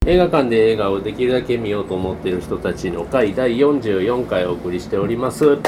映画館で映画をできるだけ見ようと思っている人たちの会第44回お送りしております。はい、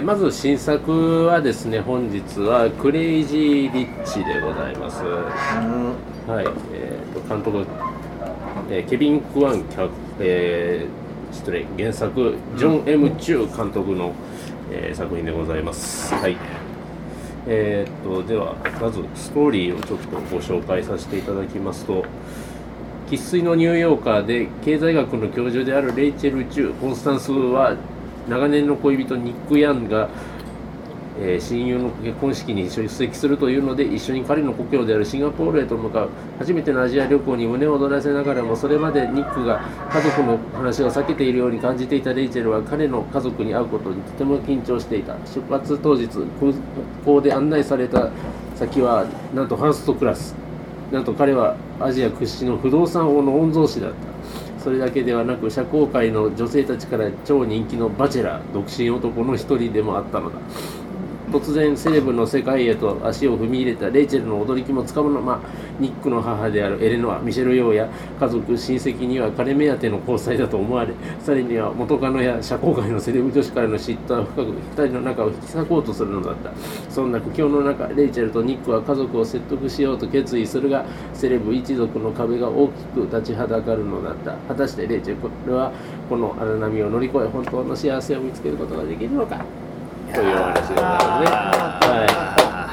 まず新作はですね、本日はクレイジー・リッチでございます。はい、監督、ケビン・クワン失礼、原作ジョン・ M ・チュー監督の、作品でございます。はい。ではまずストーリーをちょっとご紹介させていただきますと、生粋のニューヨーカーで経済学の教授であるレイチェル・チュー・コンスタンスは長年の恋人ニック・ヤンが、親友の結婚式に出席するというので一緒に彼の故郷であるシンガポールへと向かう。初めてのアジア旅行に胸を躍らせながらも、それまでニックが家族の話を避けているように感じていたレイチェルは彼の家族に会うことにとても緊張していた。出発当日、空港で案内された先はなんとファーストクラス。なんと彼はアジア屈指の不動産王の御曹司だった。それだけではなく、社交界の女性たちから超人気のバチェラー、独身男の一人でもあったのだ。突然セレブの世界へと足を踏み入れたレイチェルの驚きもつかむのま、ニックの母であるエレノア、ミシェル・ヨーや家族親戚には彼目当ての交際だと思われ、さらには元カノや社交界のセレブ女子からの嫉妬は深く二人の仲を引き裂こうとするのだった。そんな苦境の中、レイチェルとニックは家族を説得しようと決意するが、セレブ一族の壁が大きく立ちはだかるのだった。果たしてレイチェルはこの荒波を乗り越え、本当の幸せを見つけることができるのかというお話でございますね。はい、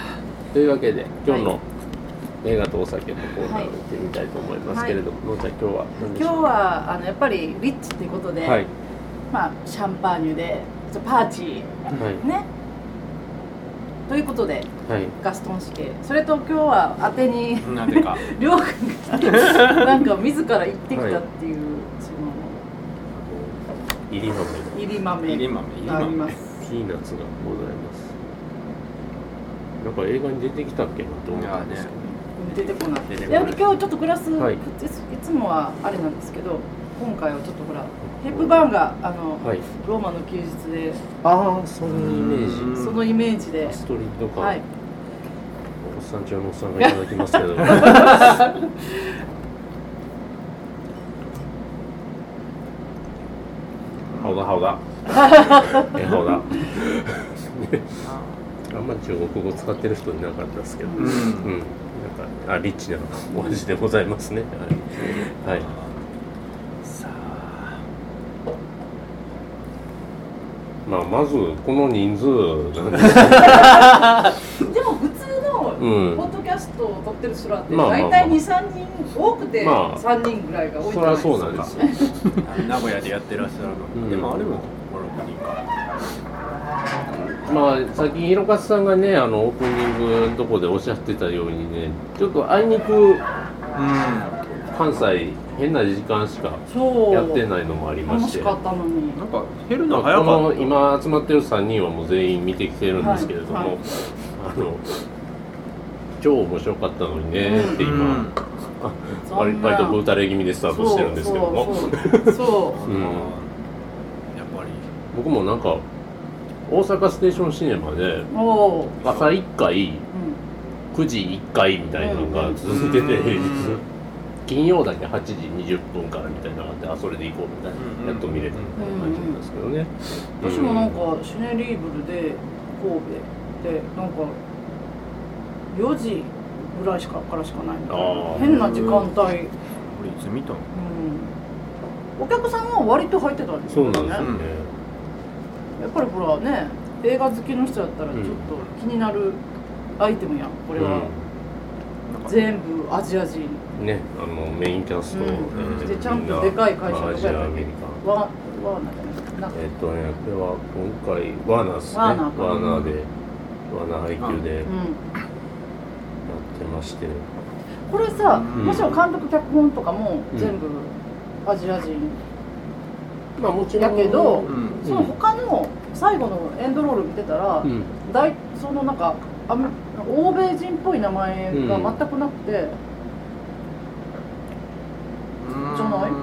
というわけで今日の映画とお酒のコーナーを行ってみたいと思いますけれども、のんちゃん今日は何でしょう。 今日はやっぱりリッチということで、はい、まあシャンパーニュでパーチー、はい、ね。ということで、はい、ガストン式。それと今日は当てにりょうくんがなんか自ら行ってきたっていう、はい、その入り豆があります。 ピーナッツがございます。なんか映画に出てきたっけなと思ったんですけど、 出てこない。今日ちょっとグラス、はい、いつもはあれなんですけど、今回はちょっとほらヘップバーンがはい、ローマの休日で、 そのイメージでストリート感、はい、おっさん中のおっさんがいただきますけど好だあんまり中国語使ってる人いなかったですけど、なんかリッチなお味でございますね。はい、はい、さあ、まずこの人数なんですでも普通のポッドキャストを撮ってる人らって大体 2,3 人、多くて3人ぐらいが多いじゃないですか。 そりゃそうなんですよ名古屋でやってらっしゃるの、でもあれも5、6人か。 さっきひろかつさんがね、オープニングのとこでおっしゃってたようにね、ちょっとあいにく、関西変な時間しかやってないのもありまして、 楽しかったのになんか減るの早かった。 今集まってる3人はもう全員見てきてるんですけれども、はいはい、超面白かったのにねって今、割とブータレ気味でスタートしてるんですけども、やっぱり僕もなんか大阪ステーションシネマで朝1回、9時1回みたいなのが続いてて、平日金曜だけ8時20分からみたいなのがあって、それで行こうみたいな、やっと見れたみたいな感じなんですけどね。 私もなんかシネリーブルで神戸でなんか4時ぐらいからしかないみたいな変な時間帯。 俺いつ見たの？ お客さんは割と入ってたんですよね。 そうなんですよね。 やっぱりほらね、映画好きの人だったらちょっと気になるアイテムやん、これは。全部アジア人。 ね、メインキャスト、 でちゃんとでかい会社とかやったっけ？ワーナーじゃない？ これは今回ワーナーですね。ワーナーで、ワーナー配給でやってまして。 これさ、もちろん監督脚本とかも全部アジア人。 もちろんやけど、その他の最後のエンドロール見てたら、そのなんか欧米人っぽい名前が全くなくて、じゃない？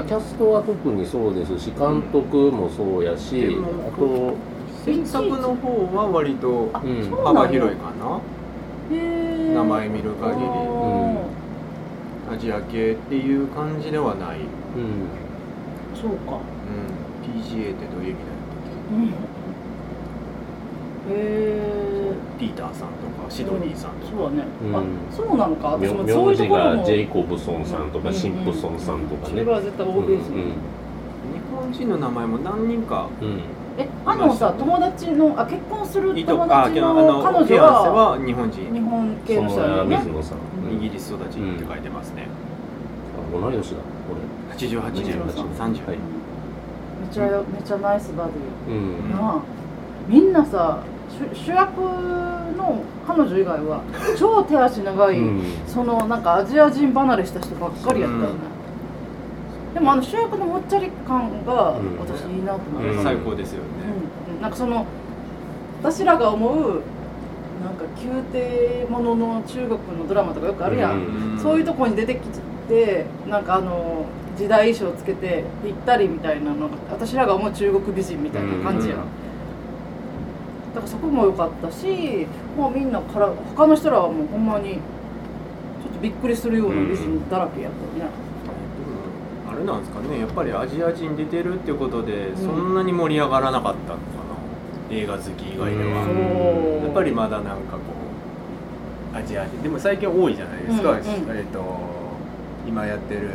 キャストは特にそうですし、監督もそうやし、あと制作の方は割と幅広いかな。名前見る限り。 アジア系っていう感じではない。 そうか。 PGA ってどういう意味なんだっけ？ ピーターさんとかシドニーさんとか。 そうだね。そうなのか。私も名字がジェイコブソンさんとかシンプソンさんとかね。 それは絶対欧米人。 日本人の名前も何人か。 さ、友達の結婚する友達の彼女は日本人。 日本系の人だよね。 イギリス育ちって書いてますね。 同い年だ。 これ88年30。 めちゃナイスバディ。なあ、みんなさ、主役の彼女以外は超手足長い、そのなんかアジア人離れした人ばっかりやったよね。でも主役のもっちゃり感が私いいなと思って、 最高ですよね。 なんかその私らが思うなんか宮廷ものの中国のドラマとかよくあるやん。そういうとこに出てきて、なんか時代衣装つけてぴったりみたいなのが私らが思う中国美人みたいな感じやん。だからそこも良かったし、もうみんなから他の人らはもうほんまにちょっとびっくりするような美人だらけやったよね。 あれなんですかね、やっぱりアジア人出てるってことでそんなに盛り上がらなかったのかな、映画好き以外では。やっぱりまだなんかこうアジア人でも最近多いじゃないですか。今やってる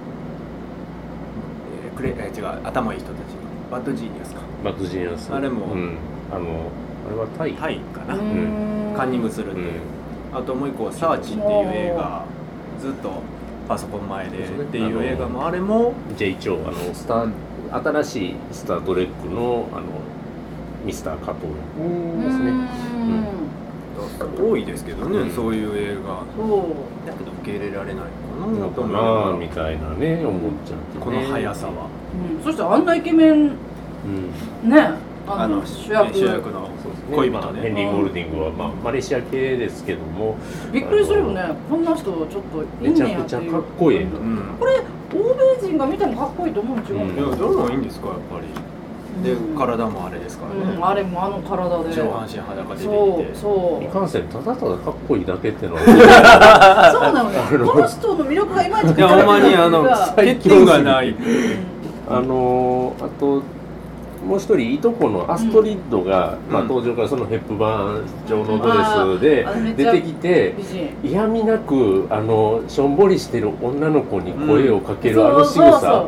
違う、頭いい人たちのバッドジーニアスか。 バッドジーニアス。 あれも、 あれはタイかな。カンニングするっていう。あともう一個サーチっていう映画、ずっとパソコン前でっていう映画も、あれも J チョウ、新しいスター・トレックのミスター・カトールですね。 多いですけどね、そういう映画だけど受け入れられないのかなみたいなね、思っちゃって、 この速さは。 そしてあんなイケメンね、主役の恋人ね、 ヘンリー・ゴールディングはマレーシア系ですけども、 びっくりするよね、こんな人ちょっといんねやっていう。 めちゃくちゃかっこいい。 これ欧米人が見てもかっこいいと思うん違うの？ いや、どれもいいんですか、やっぱり。で、体もあれですからね。 あれも体で上半身裸で出てきて、 いかんせんただただかっこいいだけってのはそうなのね。この人の魅力がいまいち。 いや、ほんまに欠点がない。 あともう一人いとこのアストリッドが、登場からそのヘップバーン状のドレスで出てきて、嫌味なくしょんぼりしてる女の子に声をかける仕草、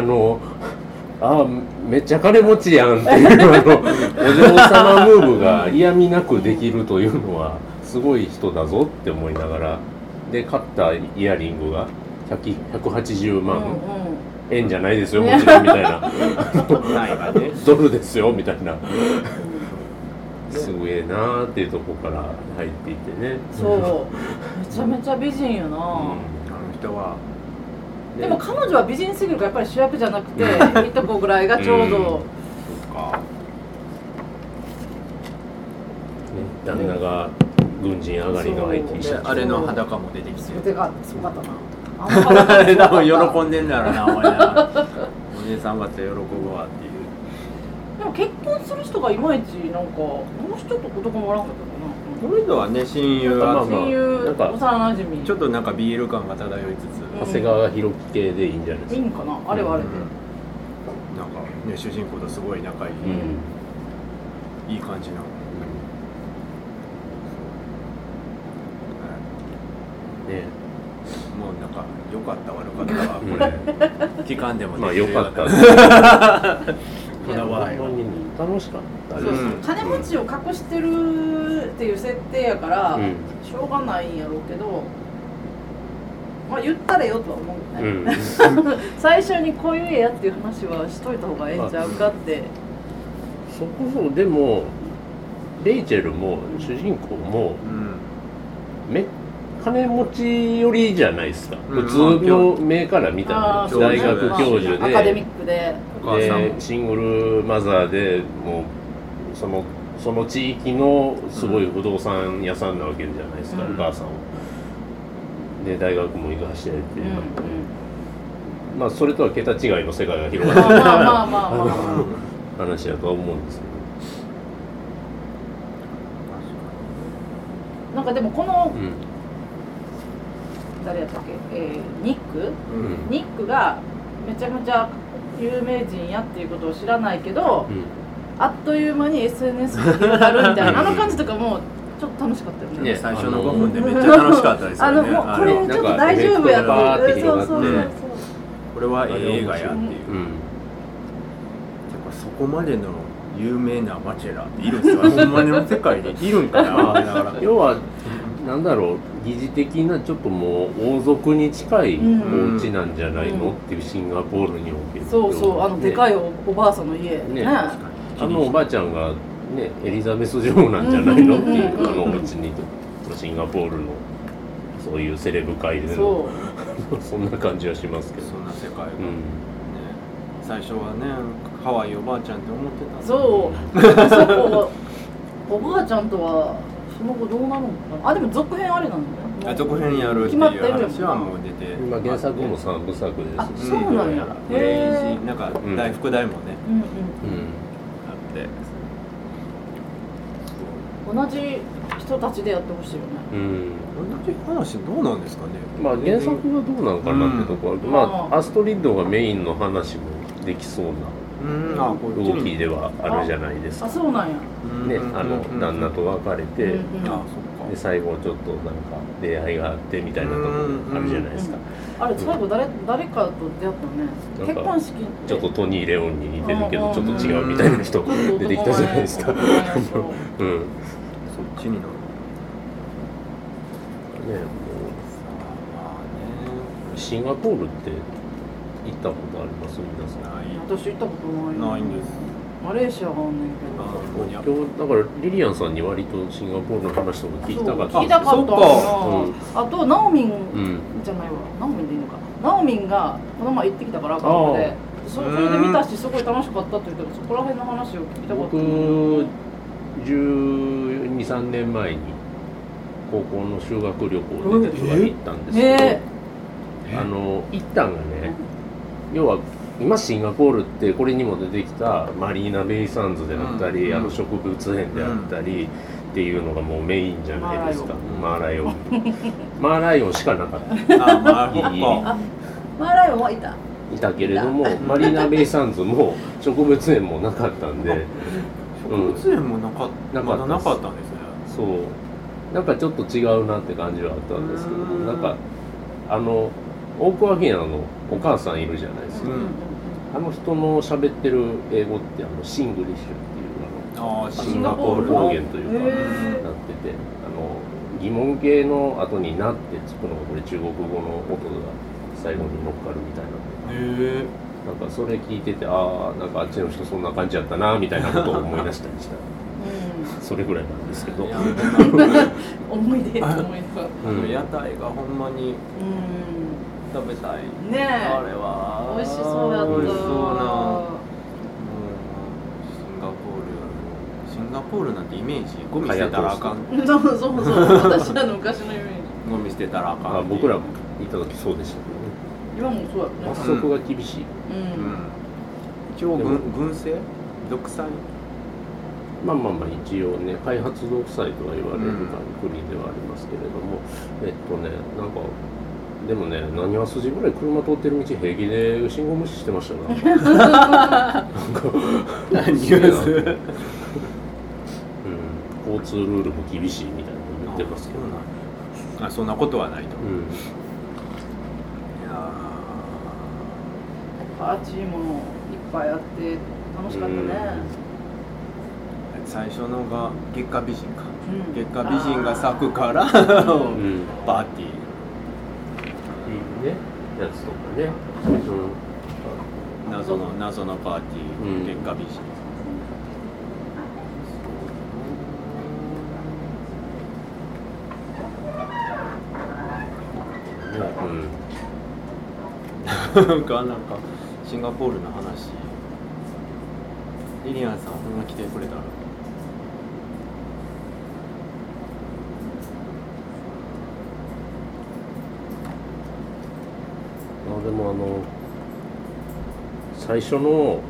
めっちゃ金持ちやんっていうお嬢様ムーブが嫌味なくできるというのはすごい人だぞって思いながら、で買ったイヤリングが180万円じゃないですよもちろんみたいなドルですよみたいな、すごいなーっていうところから入っていってね。 そうめちゃめちゃ美人やな、あの人は。 でも彼女は美人すぎるからやっぱり主役じゃなくていとこぐらいがちょうど、 旦那が軍人上がりの IT 社長、 あれの裸も出てきて、 それがすごかったな。 あれ多分喜んでんだろうな、お前な。お姉さんがって喜ぶわっていう。 でも結婚する人がいまいちなんかこの人と男もおらんかったかな。 この人はね、親友、 幼馴染み、 ちょっとなんかビール感が漂いつつ、 長谷川博己系でいいんじゃないですか。 いいんかな、あれはあれで。 なんかね、主人公とすごい仲いい、いい感じの。 ね、 もうなんか良かった悪かったわこれ期間でもまあ良かったこだわりは楽しかったです。 金持ちを隠してるっていう設定やから、しょうがないんやろうけど、まあ言ったらよとは思うね、最初にこういう絵やっていう話はしといた方がええんちゃうかって。 そこそでもレイチェルも主人公も、金持ち寄りじゃないですか、普通の目から見たら、大学教授でアカデミックでシングルマザーで、もうその地域のすごい不動産屋さんなわけじゃないですか、お母さんを。で大学も行かしてって、まあそれとは桁違いの世界が広がってる話だとは思うんですけど、 なんかでもこの、 誰やったっけ、ニック、ニックがめちゃめちゃ有名人やっていうことを知らないけど、あっという間に SNS に広がるみたいなあの感じとかもちょっと楽しかったよね。 最初の5分でめっちゃ楽しかったですよね。 もうこれちょっと大丈夫やって、そうこれは映画やっていう。そこまでの有名なバチェラーっているんですか？ほんまの世界でいるんかな。 要はなんだろう、疑似的なちょっともう王族に近いお家なんじゃないのっていうシンガポールにおける。 そうそう、でかいおばあさんの家ね。 おばあちゃんがねエリザベス女王なんじゃないのっていうお家にシンガポールのそういうセレブ界でのそんな感じはしますけど。 そんな世界が。最初はね可愛いおばあちゃんって思ってた。 そうおばあちゃんとはその後どうなるのかな。でも続編あれなんだよ。 続編やるっていう話はもう出て、 今原作も3部作ですし、そうなんや。 なんか大副題もねあって、 同じ人たちでやってほしいよね。 同じ話どうなんですかね。 まあ原作がどうなのかなってところ、まあアストリッドがメインの話もできそうな動きではあるじゃないですか。 そうなんや。 ね、旦那と別れて、で最後ちょっとなんか出会いがあってみたいなところあるじゃないですか。 あれ最後誰かと出会ったのね。結婚式ちょっとトニー・レオンに似てるけどちょっと違うみたいな人出てきたじゃないですか。そっちになる。 シンガポールって行ったことあります皆さん？ 私行ったことないんです。 マレーシアがあんねんけど。 今日だからリリアンさんに割とシンガポールの話とか聞きたかった。 聞きたかったな。あとナオミンじゃないわ。ナオミンでいいのか。ナオミンがこの前行ってきたから韓国で。それで見たしすごい楽しかったって言うけど、そこら辺の話を聞きたかった。 僕12、3年前に高校の修学旅行で行ったんですけど、行ったんがね、要は今シンガポールってこれにも出てきたマリーナベイサンズであったり、植物園であったりっていうのがもうメインじゃないですか。マーライオンマーライオンしかなかった。 マーライオンはいたけれども、マリーナベイサンズも植物園もなかったんで、 植物園もなかったんですね。 そう、なんかちょっと違うなって感じはあったんですけど、なんかオークアゲアのお母さんいるじゃないですか。あの人の喋ってる英語ってシングリッシュっていうシンガポール方言というかなってて、疑問形の後になってつくのがこれ中国語の音が最後に乗っかるみたいな。なんかそれ聞いてて、なんかあっちの人そんな感じやったなみたいなことを思い出したりした。それぐらいなんですけど。 思い出。屋台がほんまに食べたいね。 あれは美味しそうやった。 美味しそうな。シンガポールなんてイメージゴミ捨てたらあかん。 そう私らの昔のイメージ。 ゴミ捨てたらあかん。 僕らも行った時そうでしたけどね。 今もそうやね。 罰則が厳しい。 一応軍政独裁。 まあ一応ね開発独裁とは言われる国ではありますけれども、なんかでもね何は筋ぐらい車通ってる道平気で信号無視してましたな。 何は交通ルールも厳しいみたいなの言ってますけど、 そんなことはないと。 パーティーもいっぱいあって楽しかったね。 最初のが月下美人か。月下美人が咲くからパーティー。 いいねやつとかね。 謎のパーティー、月下美人。なんかシンガポールの話、リリアンさんほんま来てくれたら。 でも最初の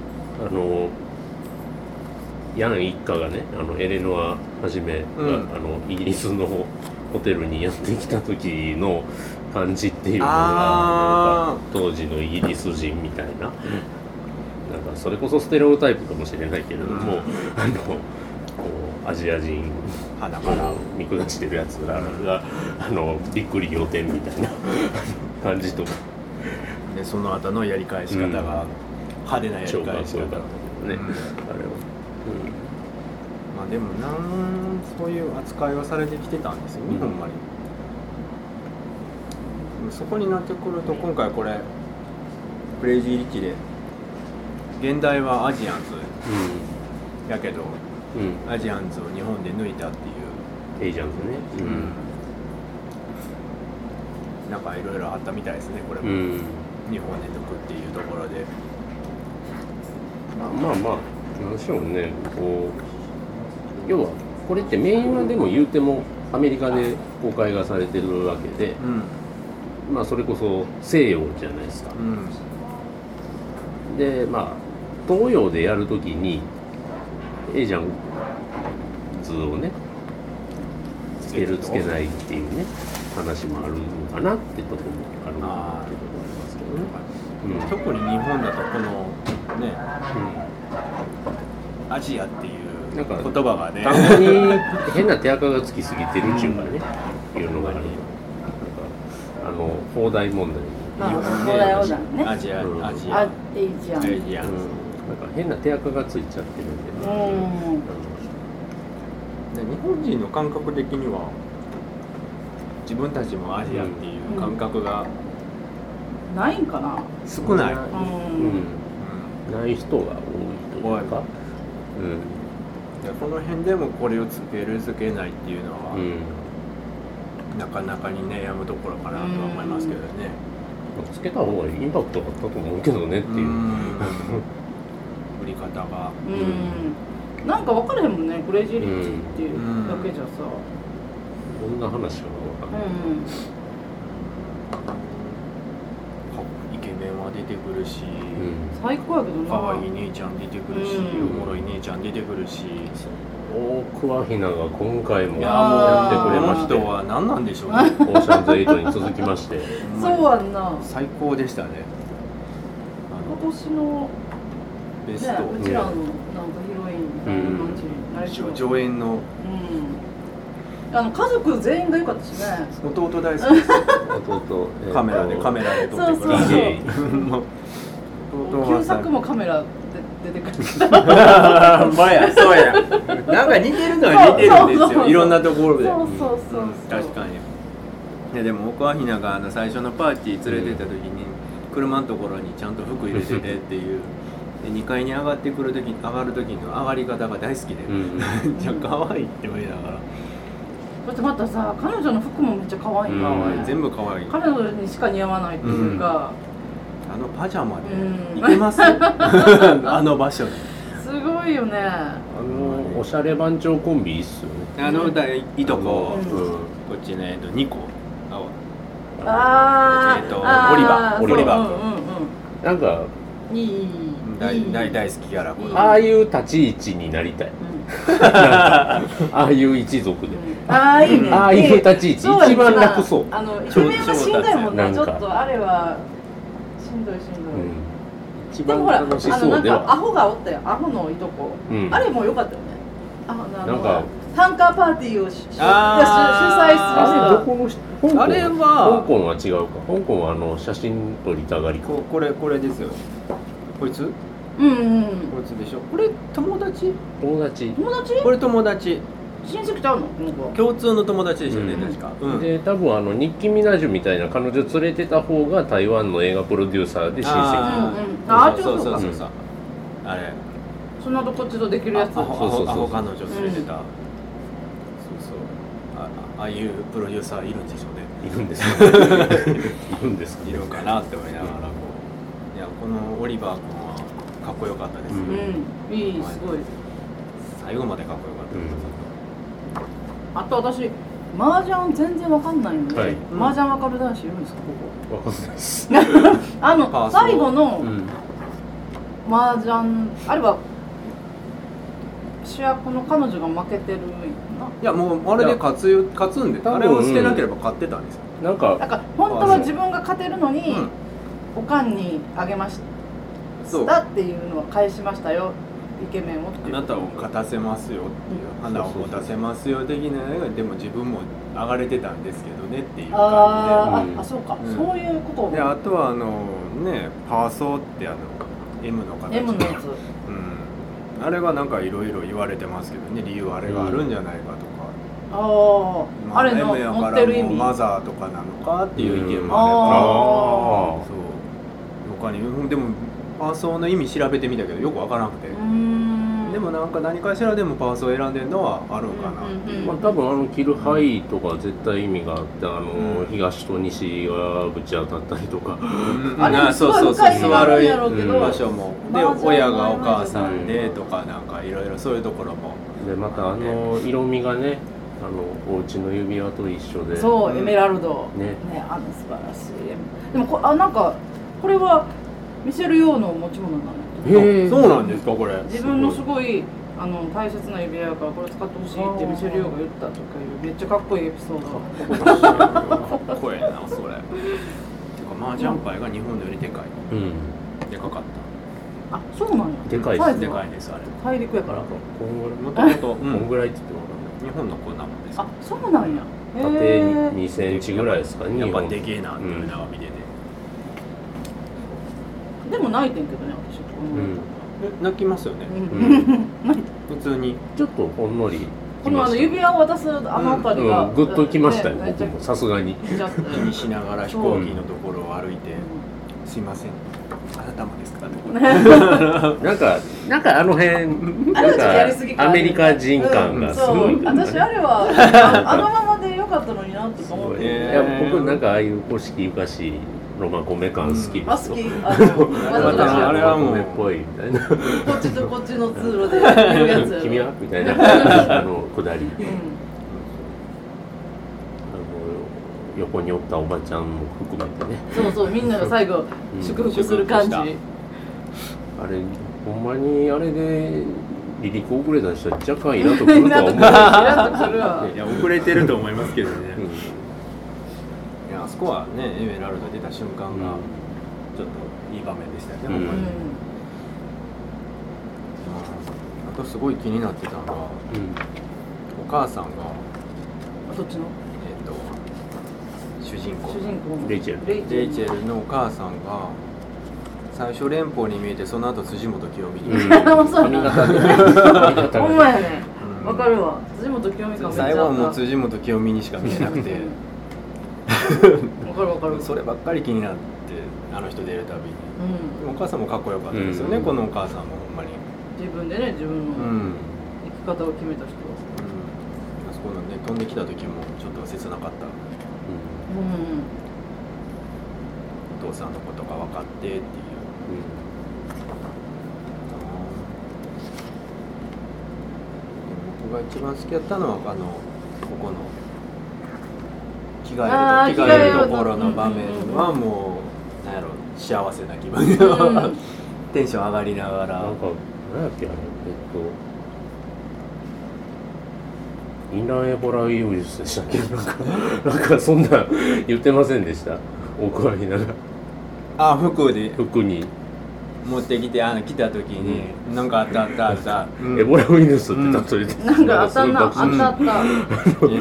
ヤン一家がねエレノアはじめが、イギリスのホテルにやってきた時の感じっていうのが当時のイギリス人みたいな、なんかそれこそステレオタイプかもしれないけれども、こうアジア人鼻から見下してるやつらがびっくり仰天みたいな感じとかで、その後のやり返し方が派手なやり返し方だね、あれは、 まあでもそういう扱いはされてきてたんですよね、ほんまに。そこになってくると、今回これクレイジー・リッチで現代はアジアンズやけど、アジアンズを日本で抜いたっていうエイジャンズね、 なんかいろいろあったみたいですね、これも、日本で抜くっていうところで。 まあなんでしょうね、こう要はこれってメインはでも言うてもアメリカで公開がされてるわけで、まあそれこそ西洋じゃないですか、でまあ東洋でやるときにエイジャンズをねつけるつけないっていうね話もあるのかなってとこもあるのかなって思いますけどね、 特に日本だとこのね、アジアっていう言葉がね、 単語に変な手垢がつきすぎてるっていうかね、いうのがある。放題問題放題問題ね。 アジア、 エイジアン。 なんか変な手垢がついちゃってるんでね。 日本人の感覚的には自分たちもアジアっていう感覚がないんかな。 少ない。 ない人が多いというか。 この辺でもこれをつけるつけないっていうのは、なかなかに悩むところかなとは思いますけどね。 つけた方がインパクトあったと思うけどねっていう売り方が、 なんか分からへんもんね、クレイジー・リッチっていうだけじゃさ、 どんな話か分からない。 イケメンは出てくるし、 最高やけどな、 可愛い姉ちゃん出てくるし、おもろい姉ちゃん出てくるし、 大桑ひなが今回もやってくれまして、 この人は何なんでしょうね。 オーシャンズ8に続きましてそうやんな、 最高でしたね。 今年のベスト、 うちらのなんかヒロインみたいな感じになりそう。 上演の家族全員が良かったしね。 弟大好きです。 弟、 カメラで撮ってくる。 旧作もカメラで出てくる。 まや、そうや。なんか似てるのは似てるんですよ。いろんなところで。 そう確かに。いやでも奥ひなが最初のパーティー連れてった時に車のところにちゃんと服入れててっていう。で2階に上がる時の上がり方が大好きで、じゃ可愛いって思いながら。 そしてまたさ、彼女の服もめっちゃ可愛いな。 全部可愛い。 彼女にしか似合わないっていうか。 パジャマで行けます？あの場所に。 すごいよね。 おしゃれ番長コンビいいっすよね。 いとこ、こっちね2個。オリバー。 なんか大好きキャラ。 ああいう立ち位置になりたい。ああいう一族で。ああいう立ち位置一番楽そう。 イケメンはしんどいもんね。ちょっとあれは。しんどい。 一番楽しそうでは。 アホがおったよ、アホのいとこ。あれも良かったよね。 なんかタンカーパーティーを主催する人。 あれは香港は違うか。香港は写真撮りたがりか。 これですよ。こいつ？こいつでしょ。これ友達？これ友達。 親戚ちゃうの？ 共通の友達でしたね、確か。 で多分ニッキー・ミナージュみたいな彼女連れてた方が台湾の映画プロデューサーで親戚。 そうあれ。 そんなとこっちとできるやつ。 アホ彼女連れてた。そうああいうプロデューサーいるんでしょうね。 いるんですいるかなって思いながらいやこのオリバー君はかっこよかったですね。 いい、すごい。 最後までかっこよかった。 あと私麻雀全然わかんないので、麻雀わかる男子いるんですか？ここわかんないです。 最後の麻雀あれは主役の彼女が負けてるんやな。 いやもうあれで勝つんで、あれを捨てなければ勝ってたんですよ。 なんか本当は自分が勝てるのに、おかんにあげましたっていうのは返しましたよ、イケメンをっていう。 あなたを勝たせますよっていう、花を持たせますよ的なのが、でも自分も上がれてたんですけどねっていう感じで。 あ、そうか、そういうことで、あとはね、パーソーって M の形 M のやつ、 あれがなんかいろいろ言われてますけどね、理由あれがあるんじゃないかとか、 あれの M や持からってる意味、 マザーとかなのかっていう意見もあれば、そう他にでもパーソーの意味調べてみたけどよくわからなくて、でもなんか何かしらでもパーソーを選んでるのはあるんかなっていう。 まあ多分キルハイとか絶対意味があって、東と西がぶち当たったりとか、 そう座るやろうけど、 場所もで、親がお母さんでとか、なんかいろいろそういうところもで、また色味がね、お家の指輪と一緒で、 そう、エメラルドね、素晴らしい。でもなんかこれはミシェル・ヨーの持ち物なの。 そうなんですか。これ自分のすごい大切な指輪やからこれ使ってほしいってミシェル・ヨーが言ったとかいうめっちゃかっこいいエピソード。 かっこいいなそれ。てかマージャンパイが日本よりでかい。でかかった。 あ、そうなんや。 でかいです。 でかいですあれ。 大陸やから。 もともとこんぐらいって言っても日本の子なのです。 あ、そうなんや。 縦2センチぐらいですかね。 やっぱでけえなっていうのが見てて。 でも泣いてんけどね、私。 泣きますよね。普通にちょっとほんのり。 この指輪を渡すあの辺りがグッときましたよ。僕もさすがに。 気にしながら飛行機のところを歩いて、すいません。あなたもですかなんかあの辺なんかアメリカ人感がすごい。 私あれはあのままで良かったのになって思って。 いや僕なんかああいう古式ゆかしいロマコメ感好きですよ。 好き。 あれはもうっぽいみたいな。 こっちとこっちの通路で言うやつ。 君はみたいなくだり。横におったおばちゃんも含めてね。 そうそう、みんなが最後祝福する感じ。あれほんまにあれで離陸遅れた人は若干イラっとくるとは思う。 いや遅れてると思いますけどね。いやあそこはね、エメラルド出た瞬間がちょっといい場面でしたよね。ほんまに。あとすごい気になってたのが、お母さんがどっちの？ 主人公レイチェルのお母さんが最初連邦に見えて、その後辻元清美に髪型ほんまやね、わかるわ。辻元清美感めっちゃあった。 最後はもう辻元清美にしか見えなくてわかるわかる。 そればっかり気になって、あの人出るたびに。お母さんもかっこよかったですよね、このお母さんもほんまに自分でね、自分の生き方を決めた人。 あそこのね、飛んできた時もちょっと切なかった。お父さんのことが分かってっていう、僕が一番好きだったのはここの着替えるところの場面はもうなんやろ、幸せな気分でテンション上がりながら、 なんか何やっけあれ、インランエボラウイルスでしたっけ。なんかそんな言ってませんでした。奥はひなが服に持ってきて、来た時になんかあったエボラウイルスって例えて、 なんかあったな、あった偉いの来た時に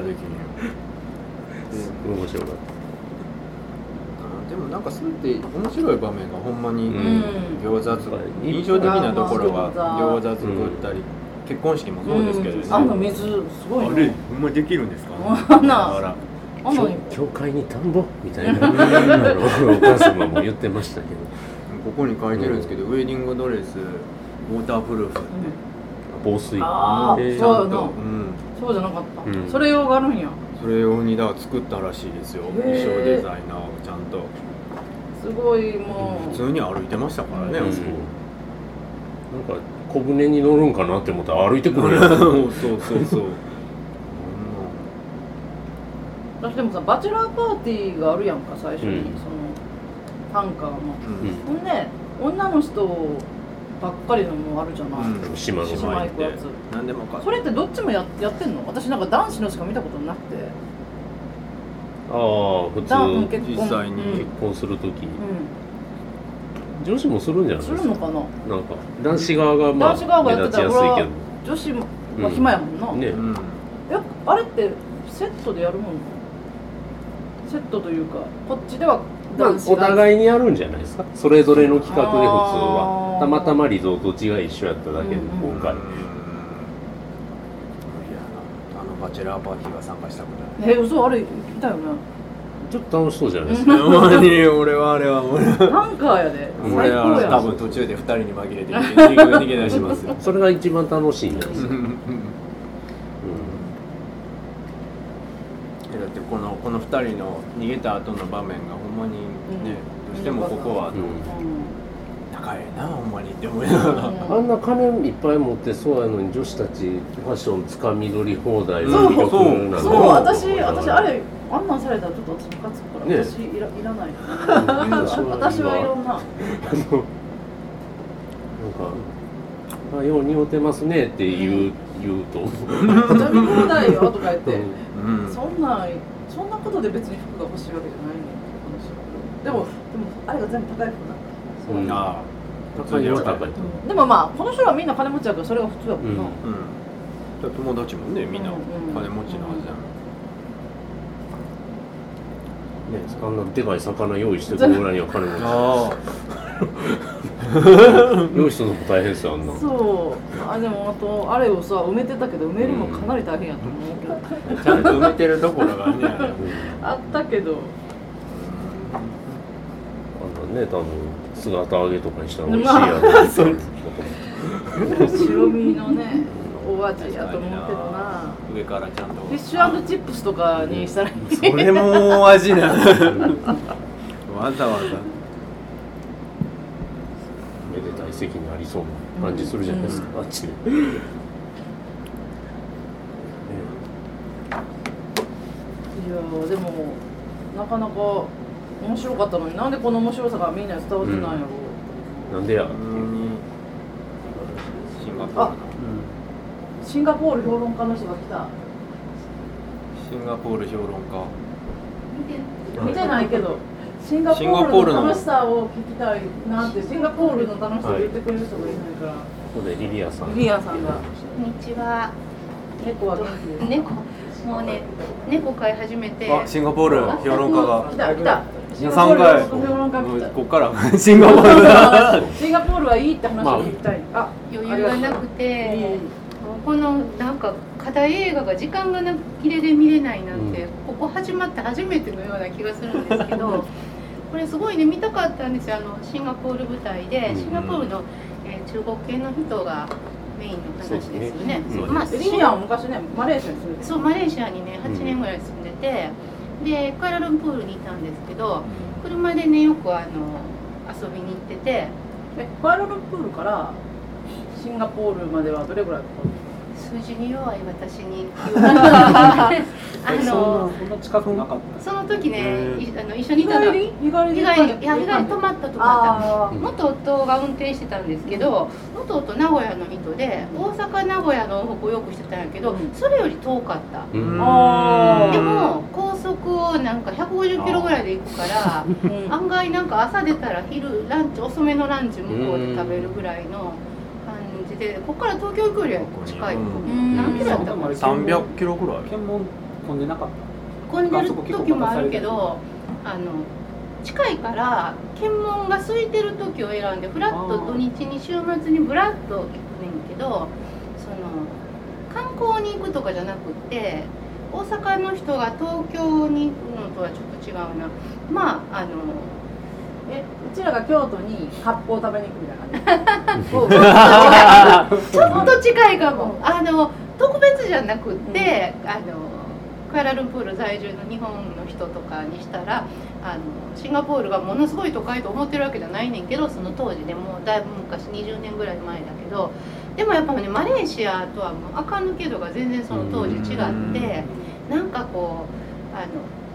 面白かった。 でもなんかそうやって面白い場面がほんまに餃子作る、印象的なところは餃子作ったり、結婚式もそうですけどね。 あの水すごいね。 あれほんまできるんですか。 教会に田んぼみたいなお母様も言ってましたけど、 ここに書いてるんですけど、ウェディングドレスウォータープルーフって防水。 そうじゃなかった。それ用があるんや。 それ用にだから作ったらしいですよ。衣装デザイナーをちゃんと。 すごいもう。 普通に歩いてましたからね。あそこ。 なんか小舟に乗るんかなって思ったら歩いてくるやん。 そう私でもさ、バチェラーパーティーがあるやんか、最初に、そのタンカーの、ほんで女の人ばっかりのもあるじゃない、 島の島行くやつ。 何でもかそれってどっちもやってんの？私なんか男子のしか見たことなくて。 ああ、普通実際に結婚するとき、女子もするんじゃないですか。 するのかな。 なんか男子側がまあ男子側がやってたら目立ちやすいけど、 女子は暇やもんな。 ね、 あれってセットでやるもんなの？セットというか、こっちでは男子お互いにやるんじゃないですか。それぞれの企画で普通はたまたまリゾート地が一緒やっただけで、今回バチェラーパーティーが参加したくない。 嘘、あれ見たよね。 ちょっと楽しそうじゃないですか。 俺はあれはなんかやで。 俺は多分途中で2人に紛れて逃げ出しますよ。 それが一番楽しいんですよ。 だってこの2人の逃げた後の場面がほんまにね、どうしてもここは高いなほんまにって思いながら、 あんな金いっぱい持ってそうやのに女子たちファッションつかみ取り放題のそう曲なんだ。 そう、私あれあんなんされたらちょっと私ムカつくから、私いらない私はいろんななんかよう似合ってますねって言うとジャミ放題よとか言ってそんなことで別に服が欲しいわけじゃないのって話。でもあれが全部高い服なんだ。 高いよ高い。 でもまあこの人はみんな金持ちだからそれが普通だもんな。 友達もねみんな金持ちのはずやん。 ね、あんなでかい魚用意してくるぐらいには金持ち。用意するのも大変ですよ、あんな。 そう。でもあれをさ埋めてたけど埋めるのかなり大変やと思うけど。 ちゃんと埋めてるところがねあったけど。 あんなね、多分姿揚げとかにしたら美味しいやろ。 白身のね。お味やと思うけどな。 上からちゃんとフィッシュ&チップスとかにしたらいい。 それも味なわざわざめでたい席にありそうな感じするじゃないですか、あっちで。 いやでもなかなか面白かったのになんでこの面白さがみんなに伝わってないんやろう。なんでや。 シンガポールシンガポール評論家の人が来た。 シンガポール評論家見てないけどシンガポールの楽しさを聞きたいなって。シンガポールの楽しさを言ってくれる人がいないから、 ここでリリアさんが。 リリアさんが。 こんにちは。 猫は元気ですか？ 猫もうね猫飼い始めて。 シンガポール評論家が来た。 3回評論家来た。 こっからシンガポールシンガポールはいいって話を聞きたい。 余裕がなくて、このなんか課題映画が時間がな切れで見れないなんて、ここ始まって初めてのような気がするんですけど、これすごいね見たかったんですよ。シンガポール舞台でシンガポールの、中国系の人がメインの話ですよね。 まあリニアは昔ねマレーシアに住んでて、 そうマレーシアにね8年ぐらい住んでて、でクアラルンプールにいたんですけど、車でねよく遊びに行ってて。 クアラルンプールからシンガポールまではどれぐらいかかる？ 数字に弱い私にそんな近くなかった。 その時ね一緒にいたの。日帰り泊まったとか元夫が運転してたんですけど、元夫名古屋の人で大阪名古屋の往復をよくしてたんやけど、それより遠かった。でも高速をなんか150キロぐらいで行くから案外なんか朝出たら昼ランチ遅めのランチ向こうで食べるぐらいので、ここから東京行くよりは近い。何キロだったかな ？300キロぐらい。 検問混んでなかった？ 混んでる時もあるけど、近いから検問が空いてる時を選んでフラッと土日に週末にブラッと行くねんけど、観光に行くとかじゃなくって大阪の人が東京に行くのとはちょっと違うな。まあうちらが京都に割烹食べに行くみたいな感じ。 ちょっと近いかも。特別じゃなくって、クアラルンプール在住の日本の人とかにしたらシンガポールがものすごい都会と思ってるわけじゃないねんけど、その当時でもうだいぶ昔20年ぐらい前だけど、でもやっぱねマレーシアとはもう垢抜け度が全然その当時違って、なんかこう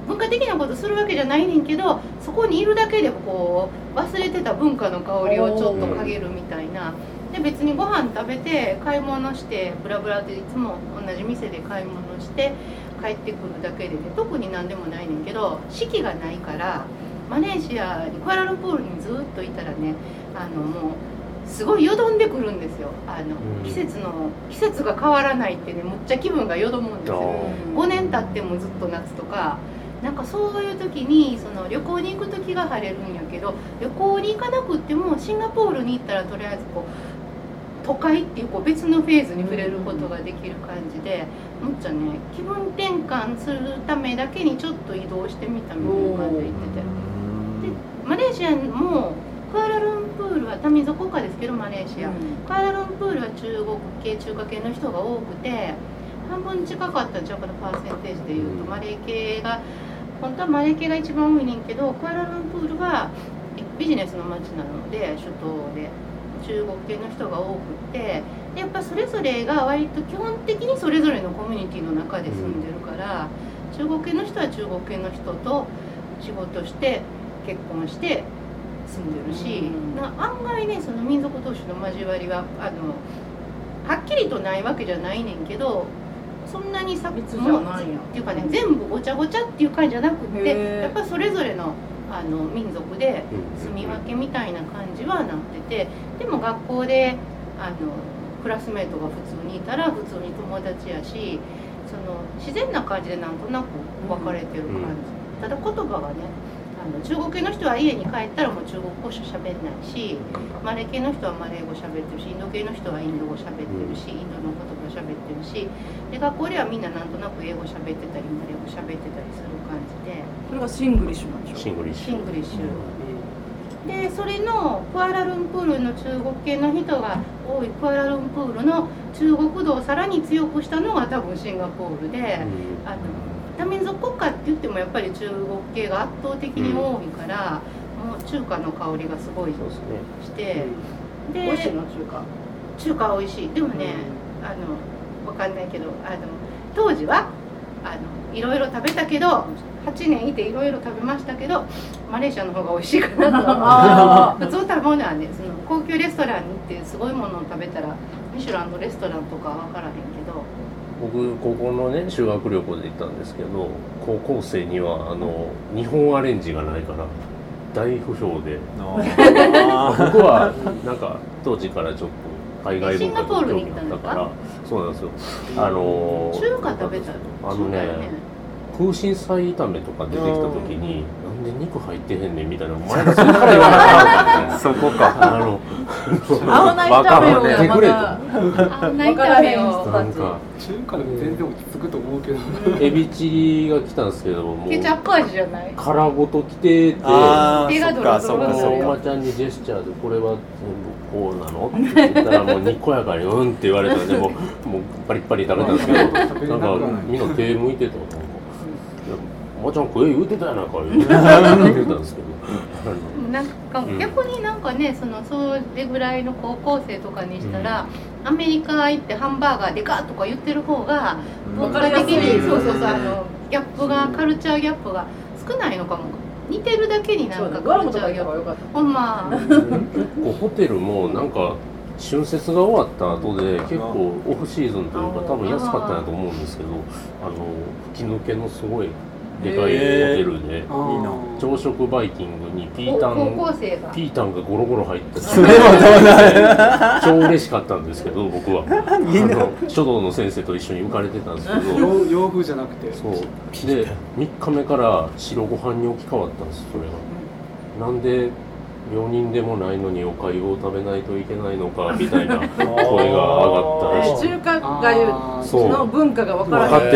文化的なことするわけじゃないねんけど、そこにいるだけでこう忘れてた文化の香りをちょっと嗅げるみたいな。で別にご飯食べて買い物してブラブラっていつも同じ店で買い物して帰ってくるだけでね、特に何でもないねんけど、四季がないからマレーシアにクアラルンプールにずっといたらね、もうすごいよどんでくるんですよ。季節が変わらないってね、むっちゃ気分がよどむんですよ。5年経ってもずっと夏とか、なんかそういう時にその旅行に行く時が晴れるんやけど、旅行に行かなくってもシンガポールに行ったらとりあえずこう都会っていう別のフェーズに触れることができる感じで、もっちゃんね、気分転換するためだけにちょっと移動してみたみたいな感じで言ってて、でマレーシアもクアラルンプールは谷底下ですけど、マレーシア、クアラルンプールは中国系中華系の人が多くて、半分近かったんちゃうかな、パーセンテージでいうと。マレー系が本当はマレー系が一番多いねんけど、クアラルンプールはビジネスの街なので、首都で中国系の人が多くて、やっぱそれぞれが割と基本的にそれぞれのコミュニティの中で住んでるから、中国系の人は中国系の人と仕事して結婚して住んでるし、案外ね、その民族同士の交わりははっきりとないわけじゃないねんけど、そんなに差別じゃないっていうかね、全部ごちゃごちゃっていう感じじゃなくて、やっぱそれぞれの民族で住み分けみたいな感じはなってて、でも学校でクラスメートが普通にいたら普通に友達やし、その自然な感じでなんとなく分かれてる感じ。ただ言葉がね、中国系の人は家に帰ったらもう中国語しか喋れないし、マレー系の人はマレー語喋ってるし、インド系の人はインド語喋ってるし、インドの言葉喋ってるし、で学校ではみんななんとなく英語喋ってたりマレー語喋ってたりする感じで、 それがシングリッシュなんでしょ。 シングリッシュでそれのクアラルンプールの中国系の人が多いクアラルンプールの中国度をさらに強くしたのが多分シンガポールで、多民族国家って言ってもやっぱり中国系が圧倒的に多いから、もう中華の香りがすごいして、 で美味しいの中華美味しい。でもね、わかんないけど当時はいろいろ食べたけど、8年いていろいろ食べましたけど、マレーシアの方が美味しいかなと思って普通食べ物はね、その高級レストランに行ってすごいものを食べたらミシュランのレストランとかは分からへんけど、 僕高校のね修学旅行で行ったんですけど、高校生には日本アレンジがないから大不評で僕はなんか当時からちょっと海外文化に興味があったから、そうなんですよ。 中華食べた空心菜炒めとか出てきた時に、なんで肉入ってへんねんみたいな、前がそれから言わなかったそこか青菜炒めを手くれと青菜炒めをなんか中華でも全然落ち着くと思うけど、 エビチリが来たんですけども、 ケチャップ味じゃない、 殻ごと来てて、 手がドロドロおばちゃんにジェスチャーでこれは全部こうなのって言ったら、もうにこやかにうんって言われたんで、もうパリッパリ食べたんですけど、なんかみんな手向いてた。おばちゃん食え言うてたやないか言うてたんですけどなんか逆になんかね、それぐらいの高校生とかにしたら、アメリカ行ってハンバーガーでかっとか言ってる方が文化的にギャップが、カルチャーギャップが少ないのかも。似てるだけになんかカルチャーギャップ、ほんま結構ホテルもなんか春節が終わった後で結構オフシーズンというか多分安かったんやと思うんですけど、吹き抜けのすごいでかいホテルで、朝食バイキングにピータンがゴロゴロ入って超嬉しかったんですけど、僕は書道の先生と一緒に浮かれてたんですけど、 洋風じゃなくて、 そうで3日目から白ご飯に置き換わったんです。それがなんで病人でもないのにお粥を食べないといけないのかみたいな声が上がったらしい。 中華街の文化が分からない。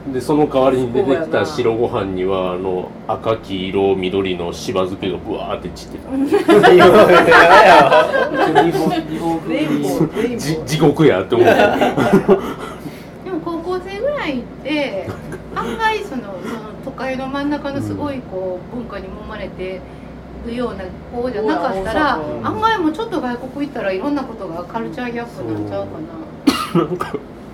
でその代わりに出てきた白ご飯には赤黄色緑のしば漬けがブワーって散ってた。地獄やって思って。 でも高校生ぐらいって案外その都会の真ん中のすごい文化に揉まれてような子じゃなかったら、案外もちょっと外国行ったらいろんなことがカルチャーギャップになっちゃうかな。 なんか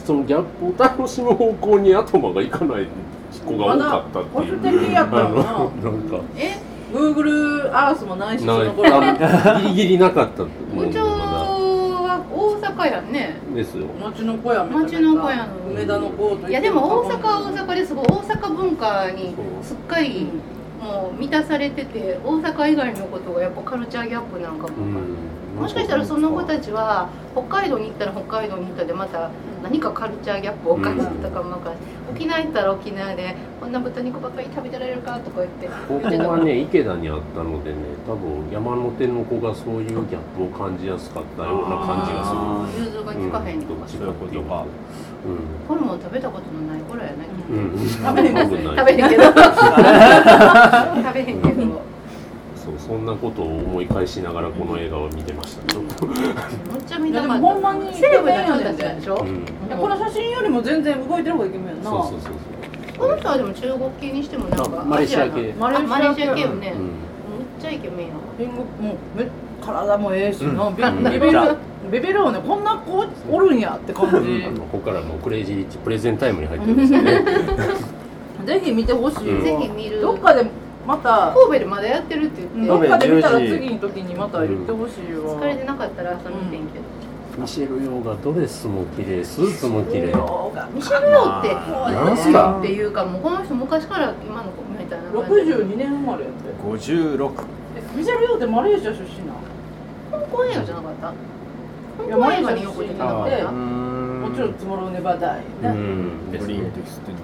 そのギャップを楽しむ方向に頭がいかない子が多かったっていう。 保守的やったのな。 なんか Google アースもないし、その頃ギリギリなかったって部長は大阪やんね。 ですよ。 町の子やん。 町の子やの。 梅田の子と。 いやでも大阪は大阪ですごい大阪文化にすっかりもう満たされてて、大阪以外のことがやっぱカルチャーギャップなんかも。もしかしたらその子たちは北海道に行ったら北海道に行ったでまた何かカルチャーギャップを感じてたかもわからない。沖縄行ったら沖縄でこんな豚肉ばっかり食べてられるかとか言って。 ここはね池田にあったのでね、多分山手の子がそういうギャップを感じやすかったような感じがする。 融通が効かへんとか。 違うことか。 ホルモン食べたことのない頃やな。 食べへんけど。 食べへんけど。食べへんけど。 そんなことを思い返しながらこの映画を見てました。 めっちゃ見たかった。 ほんまにセレブな人たちでしょ。 この写真よりも全然動いてる方がイケメンやな。 そう。 この人はでも中国系にしてもなんかマレーシア系。 マレーシア系よね。めっちゃイケメンや。 もう体もええしな。ビビるよね。こんな子おるんやって感じ。 ここからもうクレイジーリッチプレゼンタイムに入ってるんですよね。 ぜひ見てほしい。 ぜひ見る。 どっかでまた神戸でまだやってるって言って。 どっかで見たら次の時にまた言ってほしいわ。 疲れてなかったら朝見てんけど。 ミシェル・ヨーがドレスも綺麗、スーツも綺麗。 ミシェル・ヨーって何すかっていうかもうこの人昔から今の子みたいな。 62年生まれやって。 56。 ミシェル・ヨーってマレーシア出身なの？ 香港映画じゃなかった？香港映画によく出てなかった？ もちろんつもろネバダイね。 グリーンテストに。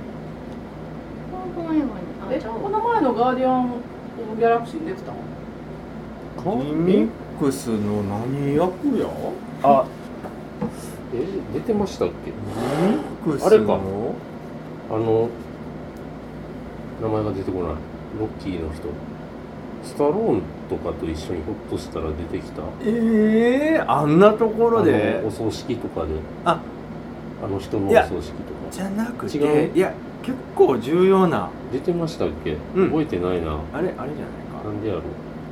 香港映画に。 この前のガーディアン・オブ・ギャラクシーに出てたの？ リミックスの何役や？ 出てましたっけ？ リミックスのあれか。名前が出てこない。ロッキーの人。スタローンとかと一緒にひょっとしたら出てきた。 あんなところでお葬式とかで。あの人のお葬式とか。 じゃなくて、 違う。 いや結構重要な。 出てましたっけ？覚えてないな。 あれじゃないか。 なんでやろう。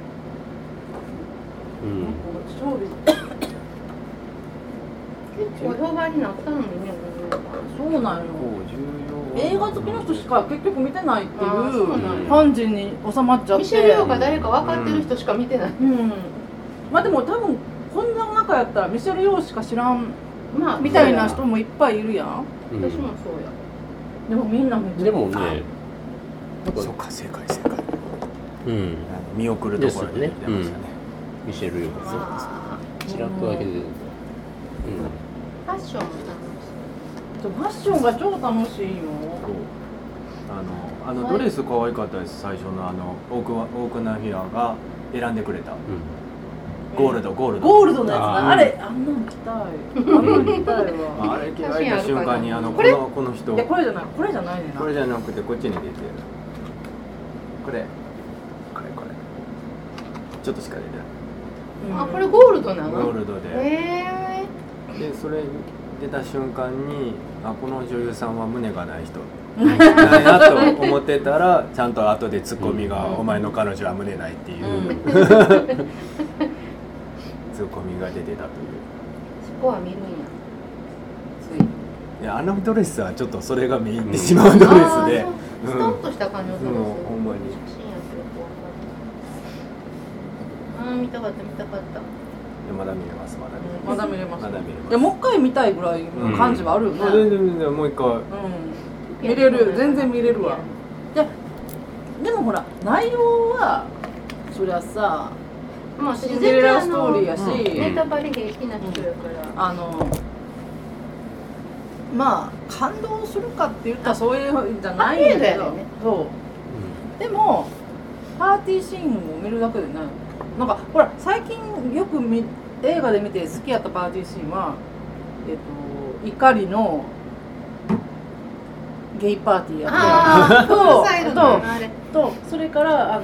結構評判になったのにね。 そうなんよ。映画好きの人しか結局見てないっていう感じに収まっちゃって。 ミシェル・ヨーが誰か分かってる人しか見てない。 まあでも多分こんな中やったらミシェル・ヨーしか知らんみたいな人もいっぱいいるやん。 私もそうや。 でもみんなめっちゃ。 でもね。 そうか正解。見送るところで出てましたね。ミシェル・ヨーがちらっとだけで。 ファッションもファッションが超楽しいよ。 ドレス可愛かったです。最初のオークナフィアが選んでくれた。ゴールドのやつな。あれあんなの着たいわ。 あれ着られた瞬間にこの人。 いやこれじゃないねんな。 これじゃなくてこっちに出てる。これちょっとしか出てない。 これゴールドなの？ ゴールドで。でそれ出た瞬間にこの女優さんは胸がない人ないなと思ってたらちゃんと後でツッコミが「お前の彼女は胸ない」っていうツッコミが出てたという。 そこは見るんや。 いやドレスはちょっとそれが見入ってしまうドレスでストンとした感じのドレス。 ほんまに。 写真やってる。見たかった。 まだ見れます。 いやもう一回見たいぐらいの感じはあるよね。 全然もう一回。 見れる、全然見れるわ。でもほら内容はそりゃさ、シンデレラストーリーやし、 ネタバレ平気な人やからまあ感動するかって言ったらそういうじゃないんだけど、でもパーティーシーンを見るだけでね、なんかほら最近よく映画で見て好きやったパーティーシーンは怒りのゲイパーティーやってとそれから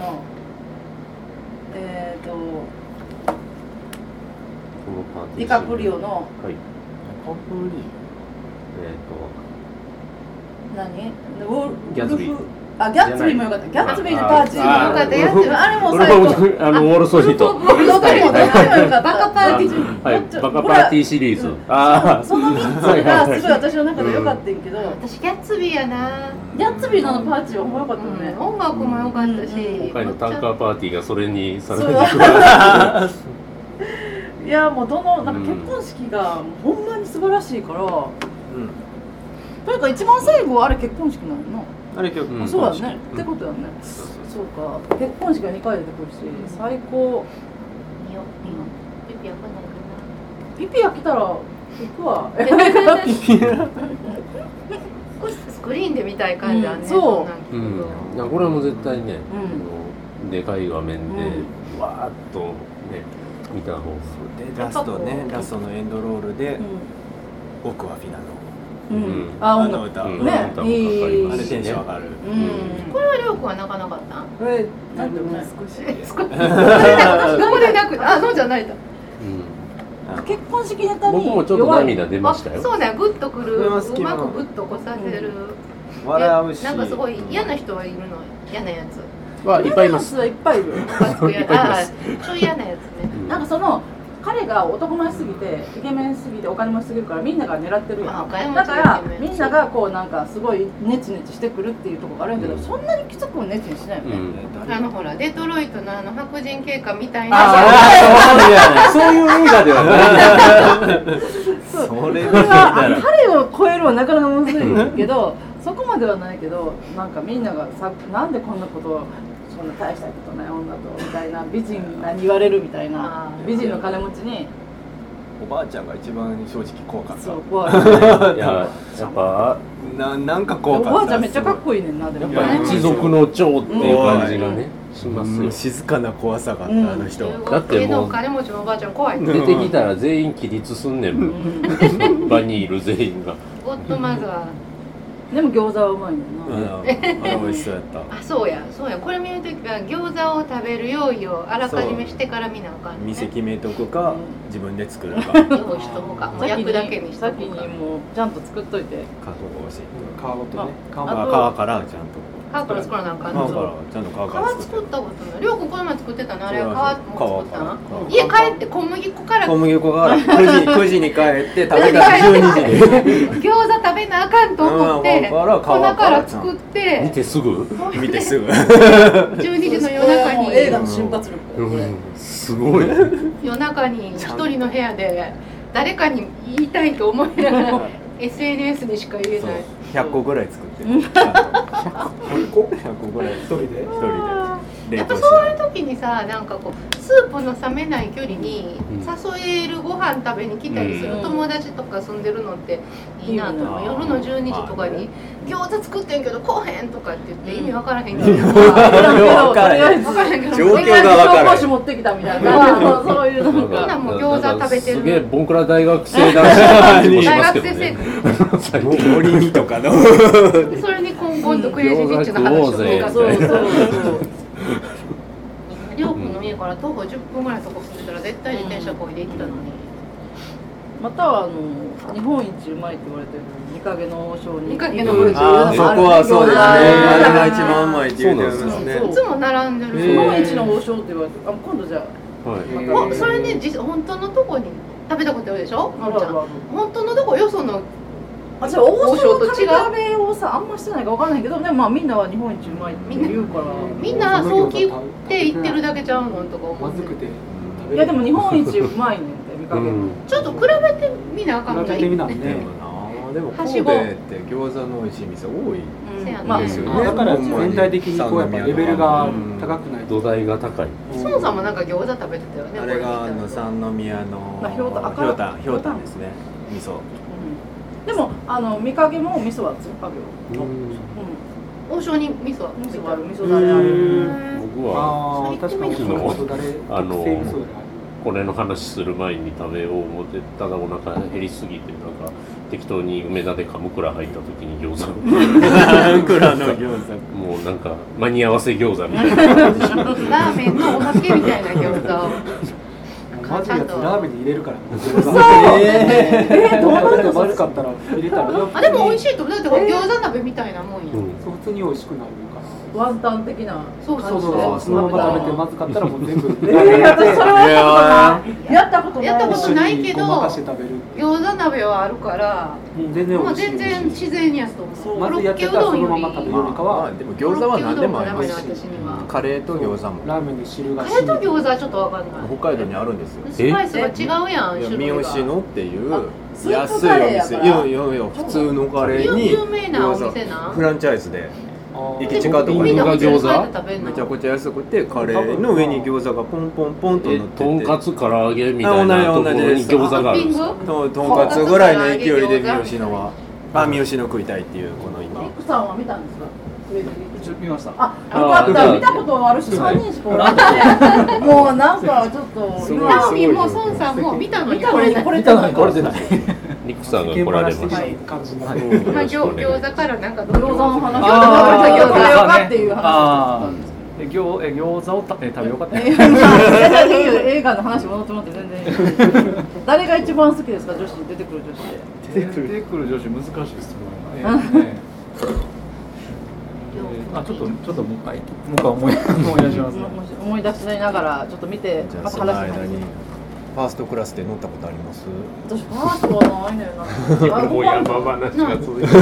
ディカプリオのギャズビー。 あ、ギャッツビーもよかった。ギャッツビーのパーチーもよかった。あれも最高。ウォールソリッド。 どこもよかった。 バカパーティー。 はい、バカパーティーシリーズ。 その3つがすごい私の中で良かったんけど、 私ギャッツビーやな。 ギャッツビーのパーチーはも良かったね。 音楽も良かったし。 今回のタンカーパーティーがそれにさらに。 いやもうなんか結婚式がほんまに素晴らしいから。というか一番最後あれ結婚式なの？ あれ結婚式。 そうだね。ってことだね。そうか。結婚式が2回出てくるし、最高。 ピピは来ないかな。 ピピが来たら行くわ。 スクリーンで見たい感じはね。 そう。 これも絶対ね、でかい画面でわーっとね見た方が。 でラストのエンドロールで僕はフィナの。 あ、音楽歌ね、 あれテンション上がる。 これはりょうくんは泣かなかった？ なんでもね、少し。 どこで泣く？あ、そうじゃないと。 結婚式ネタに僕もちょっと涙出ましたよ。 そうだよ、グッとくる、うまくグッとこさせる。 笑うし。 なんかすごい嫌な人はいるの、嫌なやつ。 いっぱいいます。 いっぱいいる。 ちょい嫌なやつね。 なんかその彼が男前すぎてイケメンすぎてお金持ちすぎるからみんなが狙ってるやん。だからみんながこうなんかすごいネチネチしてくるっていうところがあるんやけど、そんなにきつくもネチネチしないよね。 ほらデトロイトの白人警官みたいな。 そういう映画ではない。 それは彼を超えるはなかなかむずいけど、そこまではないけど、なんかみんながなんでこんなことをそんな大したことない女とみたいな美人に言われるみたいな美人の金持ちにおばあちゃんが一番正直怖かった。 そう怖い。 いややっぱなんか怖かった。 おばあちゃんめっちゃかっこいいねんな。でも一族の長っていう感じがねしますよ。 静かな怖さがあったあの人。 だってもう金持ちのおばあちゃん怖い。 出てきたら全員起立すんねんもん。場にいる全員が。 ゴッドマザー。 でも餃子はうまいねんな。 あれ美味しそうやった。 あ、そうやこれ見るときは餃子を食べる用意をあらかじめしてから見なあかんね。 店決めとくか自分で作るか。 用意しとくか。もう焼くだけにしとくか。 先にもうちゃんと作っといて。 皮ごとね。皮からちゃんと。 皮から作らなあかんの。 ちゃんと皮から作ったことない。りょうくんこの前作ってたのあれは皮も作ったの？ 皮家帰って小麦粉から 9時に帰って食べたら12時に餃子食べなあかんと思って粉から作って見てすぐ 12時の夜中に映画の瞬発力。 すごい。 夜中に一人の部屋で誰かに言いたいと思いながらSNS にしか言えない。 100個ぐらい作ってる。100個ぐらい一人で冷凍して。 そういう時にさ、なんかこうスープの冷めない距離に誘えるご飯食べに来たりする友達とか住んでるのっていいなと思う。夜の12時とかに餃子作ってんけど来へんとかって言って意味わからへんけど。 状況がわからへん。 持ってきたみたいな。そういうのみんなも餃子食べてる。 すげえボンクラ大学生だし。 大学生生森にとかの。 それにコンコンとクレイジービッチの話を聞かせて。りょうくんの家から徒歩10分ぐらいのとこ住んでたら絶対自転車こいで行ったのに。 または日本一うまいって言われてる見影の王将に。 見影の王将。 あそこはそうですね。あれが一番うまいって言ってますね。 いつも並んでる。 日本一の王将って言われて、今度じゃあ。 それね本当のとこに食べたことあるでしょ。本当のとこよその。 王将と違う食べをさあんましてないかわからないけどね、まあみんなは日本一うまいって言うから。 みんなそう聞いて言ってるだけちゃうのとか思って。 いやでも日本一うまいねんって見かける。 ちょっと比べてみなあかんない。 でも神戸って餃子の美味しい店多いですよね。 だから全体的にこうやっぱレベルが高くない。 土台が高い。 孫さんもなんか餃子食べてたよね。 あれが三宮のひょうたんですね。味噌。 でも見かけも味噌はつかるよ。 王将に味噌ある。 味噌だれある。 僕は昨日これの話する前に食べよう思ってただお腹減りすぎてなんか適当に梅田で鎌倉入った時に餃子鎌倉の餃子もうなんか間に合わせ餃子みたいな感じラーメンのおまけみたいな餃子をまずいやつラーメンに入れるからどうなるのまずかったら入れたらでも美味しいとだって餃子鍋みたいなもんや。 普通に美味しくなるからワンタン的な感じで。 そうそのまま食べてまずかったらもう全部。 私それはやったことないけど、 餃子鍋はあるから、全然自然にやすと思う。 まずやってたらそのまま食べるよりかは、 でも餃子は何でもありますし、カレーと餃子も。 ラーメンに汁が。 カレーと餃子はちょっとわかんない。 北海道にあるんですよ。 スパイスが違うやん。 三好野っていう安いお店。いや普通のカレーに有名なお店な。 フランチャイズで。駅近とかに餃子めちゃくちゃ安くてカレーの上に餃子がポンポンポンと乗ってて、 とんかつ唐揚げみたいなところに餃子があるんですか？ とんかつぐらいの勢いで三好野は三好野食いたいっていうこの今。 リクさんは見たんですか？ 見ました。 あ、よかった。見たことあるし3人しかおらんね。もうなんかちょっとナオミもソンさんも見たのにこれでない。 リクさんが来られました。 餃子からなんか餃子の話を食べようかっていう話餃子を食べようかって。 映画の話戻ってもらって全然。誰が一番好きですか？女子出てくる女子で。 出てくる女子難しいですね。ちょっともう一回思い出します。 思い出しながらちょっと見てまた話してみて。 ファーストクラスで乗ったことあります？ 私ファーストはないのよな。 もう山話が続いて。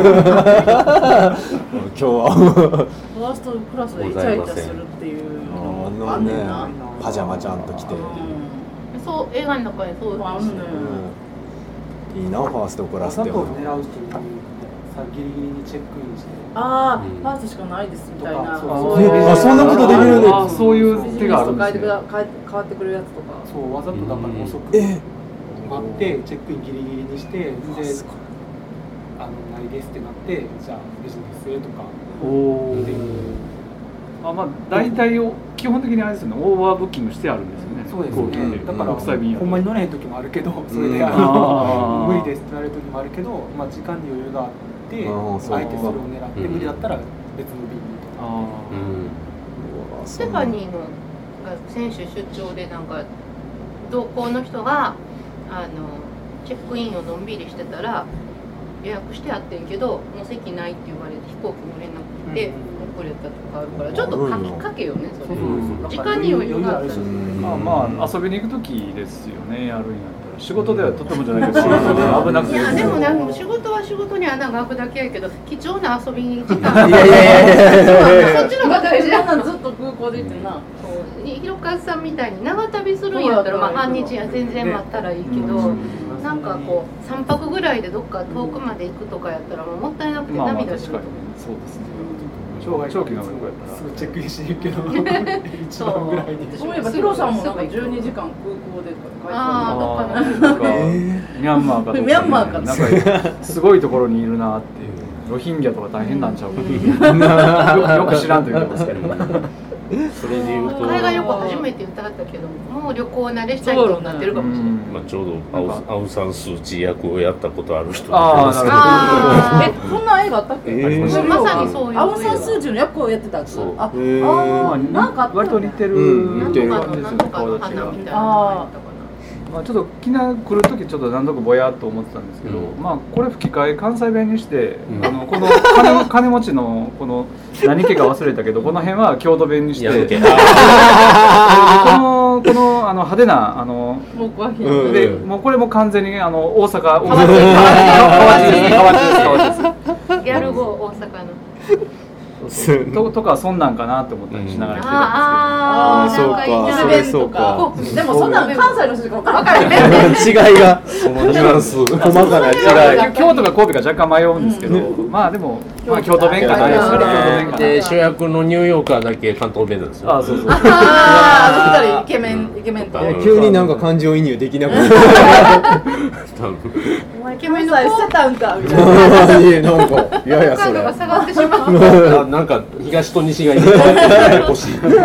今日はファーストクラスでイチャイチャするっていうのあんねんな。 パジャマちゃんと着て。 そう映画の中にそうあんねん。 いいなファーストクラスって。 狙う人ギリギリにチェックインして。 ファーストしかないですみたいな。 そんなことできるの？ そういう手があるんですね。 変わってくるやつとか。 そうわざとだから遅く待ってチェックインギリギリにしてでないですってなってじゃあビジネスへとかっていうまあ大体基本的にあれですよねオーバーブッキングしてあるんですよね。そうですね。だからほんまに乗れへん時もあるけどそれで無理ですって言われる時もあるけどまあ時間に余裕があって相手それを狙って無理だったら別の便にとか。 ステファニーの選手出張でなんか同行の人がチェックインをのんびりしてたら予約してあってんけどもう席ないって言われて飛行機乗れなくて遅れたとかあるからちょっとかけよねそれ時間に余裕があったらまあ遊びに行く時ですよねやるんやったら仕事ではとてもじゃないけど危なくていやでもなんか仕事は仕事に穴が開くだけやけど貴重な遊びに時間いやそっちの方が大事やなずっと空港で行ってなひろかさんみたいに長旅するんやったらまあ半日や全然待ったらいいけどなんかこう3泊ぐらいでどっか遠くまで行くとかやったらもったいなくて涙する。 そうですね。長期の旅行やったらすぐチェックインしてるけど一番ぐらいに。 そういえばヒロさんもなんか12時間空港でどっかのミャンマーかなんかすごいところにいるなっていうロヒンギャとか大変なんちゃうかよく知らんと言ってますけど。 それで言うと海外旅行初めて言ってはったけどもう旅行慣れしたい人になってるかもしれない、 まあ、ちょうどアウン・サン・スー・チー役をやったことある人そんな映画あったっけ？ まさにそういうアウン・サン・スー・チーの役をやってたんですよ。 なんか割と似てるなんとかの花みたいなまあ、ちょっと来る時ちょっと何度かぼやっと思ってたんですけど、まあこれ吹き替え関西弁にして、この金持ちのこの何家か忘れたけどこの辺は京都弁にしてこの派手なでもうこれも完全に大阪河内ですギャル語大阪のとかそんなんかなって思ったりしながら来てたんですけど、 そうかでもそんなん関西の人しか分からない違いがそのニュアンス細かな違い京都か神戸か若干迷うんですけどまあでも京都弁かなで主役のニューヨーカーだけ関東弁なんですよ。 そうイケメンと急になんか感情移入できなくなるお前イケメンさえしてたんかみたいななんかいやいやそれが下がってしまうなんか東と西が入れ替わってややこしいそ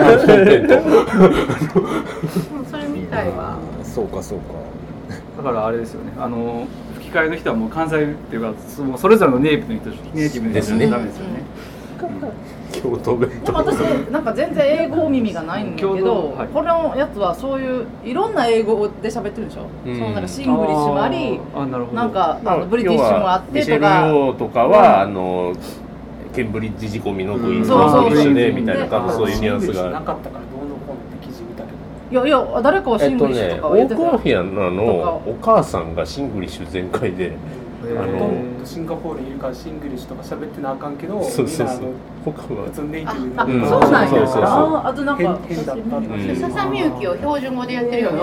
れみたいわそうかだからあれですよね吹き替えの人はもう関西っていうかそれぞれのネイティブの人じゃダメですよね京都弁でも私なんか全然英語耳がないんだけど、このやつはそういういろんな英語で喋ってるでしょ、そのなんかシングリッシュもありなんかブリティッシュもあってとかミシェル・ヨーとかはケンブリッジ仕込みの部員と一緒でみたいな、多分そういうニュアンスがなかったからどうのこうのって記事見たけど、 いや誰かはシングリッシュとかは言ってたよ。 オークンフィアナのお母さんがシングリッシュ全開で、 シンガポールにいるからシングリッシュとか喋ってなあかんけど、 そうみんな他は普通ネイティブそうになんや。 そうあとなんか変だったとか、 ささみゆきを標準語でやってるよね。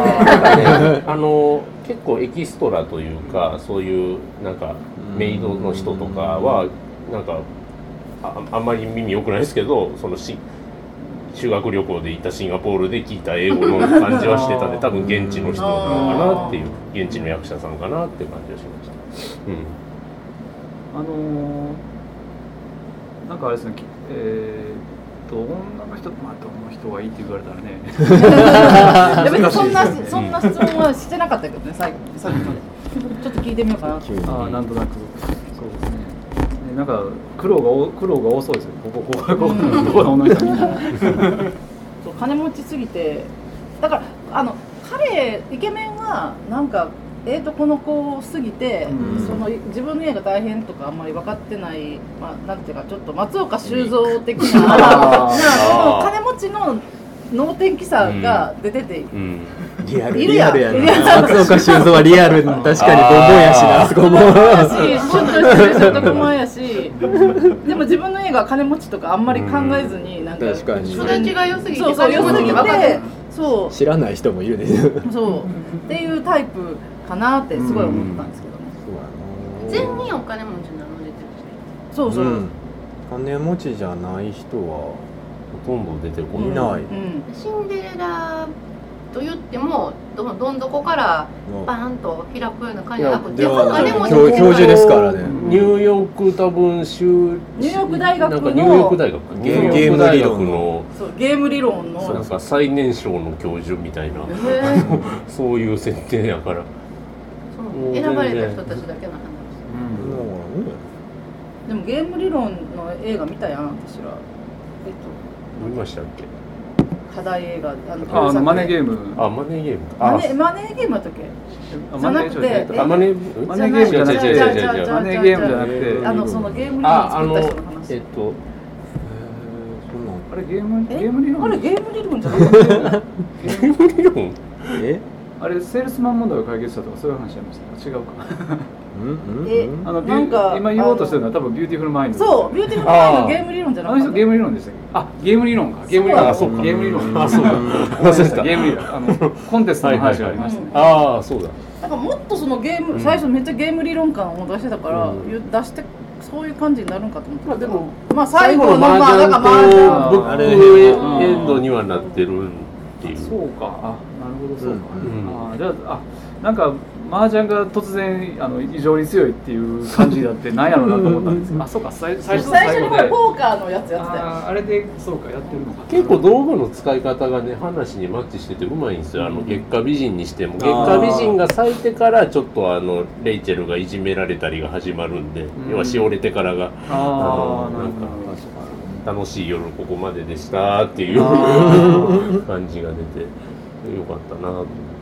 結構エキストラというか、そういうなんかメイドの人とかはなんかあんまり耳良くないですけど、その修学旅行で行ったシンガポールで聞いた英語の感じはしてたんで、多分現地の人なのかなっていう、現地の役者さんかなっていう感じはしました。 なんかあれですね、女の人、どの人がいいって言われたらね。 いや別にそんな質問はしてなかったけどね、最後さっきまで。ちょっと聞いてみようかな。 なんとなくそうですね。なんか苦労が多そうですよ。ここの女の人みんな。 そう金持ちすぎて、だから彼イケメンはなんかこの子すぎて、その自分の家が大変とかあんまり分かってない、なんていうかちょっと松岡修造的な金持ちの能天気さが出てて、 リアルやな。 松岡修造はリアル、確かにボンボンやしな、あそこも。 シュッとしてるとこもやし、でも自分の家が金持ちとかあんまり考えずに、なんか確かに育ちが良すぎて、 そう良すぎて、そう知らない人もいるね。 そうっていうタイプかなってすごい思ったんですけどね。 全員お金持ちなの出てる人。 そうそう。 金持ちじゃない人はほとんど出てこいない。 ない。 シンデレラと言ってもどん底からバーンと開くような感じじゃなくて、お金持ち教授ですからね。 ニューヨーク多分ニューヨーク大学のニューヨーク大学ゲーム理論のゲーム理論のなんか最年少の教授みたいなそういう設定やから。 選ばれた人たちだけの話。 でもゲーム理論の映画見たやん、私ら。 見ましたっけ？ 課題映画、 マネーゲーム。 マネーゲーム。 マネーゲームだったっけ？じゃなくて、 マネーゲームじゃなくて、マネーゲームじゃなくて、 そのゲーム理論作った人の話。 あれゲーム理論？ あれゲーム理論じゃなかった？ ゲーム理論？ あれセールスマン問題を解決したとかそういう話ありました？違うか。 なんか今言おうとしてるのは多分ビューティフルマインド。 そう、ビューティフルマインドのゲーム理論じゃなかった。 ゲーム理論でしたっけ？ゲーム理論か。ゲーム理論。そうか。ゲーム理論。そうだ。忘れた。ゲーム理論。コンテストの話がありましたね。 そうだ。 なんかもっとそのゲーム、最初めっちゃゲーム理論感を出してたから、出してそういう感じになるんかと思って。 でも最後の麻雀とブックエンドにはなってるっていう。 そうか。なるほどそうか。じゃあなんか麻雀が突然異常に強いっていう感じだってなんやろうなと思ったんですけど、そうか最初にポーカーのやつやってたよ。 あれでそうかやってるのか。 結構道具の使い方がね話にマッチしててうまいんですよ。月下美人にしても月下美人が咲いてからちょっとレイチェルがいじめられたりが始まるんで、要はしおれてからがなんか楽しい夜ここまででしたっていう感じが出てよかったな。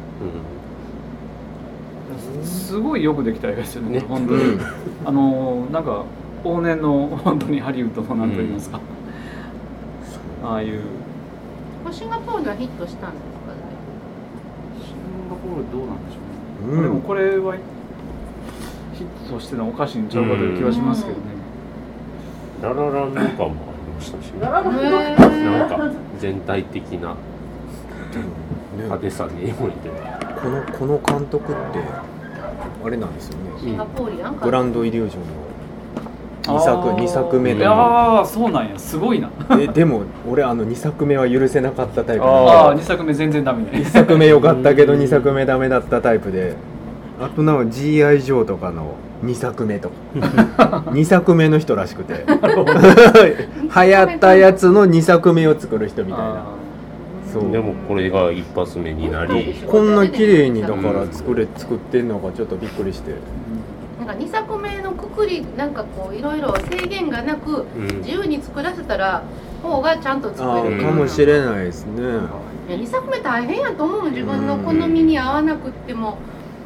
すごいよくできた映画ですよね、本当に。なんか往年の本当にハリウッドのなんと言いますか、ああいう。 シンガポールではヒットしたんですかね。 シンガポールどうなんでしょうね。でもこれはヒットしてのおかしいんちゃうかという気はしますけどね。 ララランド感もありましたし、なんか全体的な派手さにおいてこの監督ってあれなんですよね。 シンガポールやんか。 グランドイリュージョンの2作目で。 そうなんや、すごいな。 でも俺2作目は許せなかったタイプ。 2作目全然ダメね。 1作目良かったけど2作目ダメだったタイプで、あとなんか G.I. ジョーとかの2作目とか2作目の人らしくて流行ったやつの2作目を作る人みたいな。 でもこれが一発目になり、 こんな綺麗にだから作ってんのがちょっとびっくりして、 なんか2作目のくくりなんかこういろいろ制限がなく自由に作らせたら方がちゃんと作れるかもしれないですね。 2作目大変やと思う。自分の好みに合わなくっても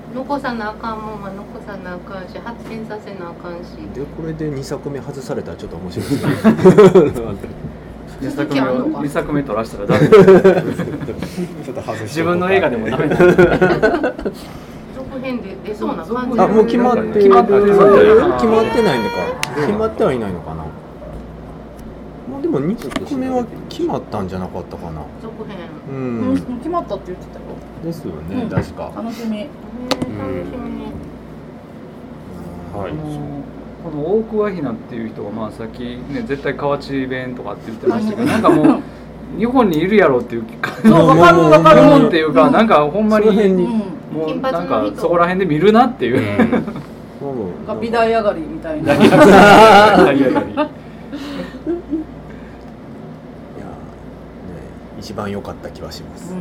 残さなあかんもんは残さなあかんし、発展させなあかんし。 でこれで2作目外されたらちょっと面白いですね。 2作目撮らせたらダメ。 ちょっと外して自分の映画でもダメだ。 続編で出そうな感じ。 あ、もう決まってる。決まってないのか。決まってはいないのかな。まあでも2作目は決まったんじゃなかったかな。 続編。 もう決まったって言ってたよ。 ですよね、確か。 楽しみ。 楽しみ。 はい。 この大桑ひなっていう人がまあさっきね絶対河内弁とかって言ってましたけど、なんかもう日本にいるやろっていう感じの分かるもんっていうか、なんかほんまにもうなんかそこら辺で見るなっていう。 美大上がりみたいな。 いやね、一番良かった気はします。ほん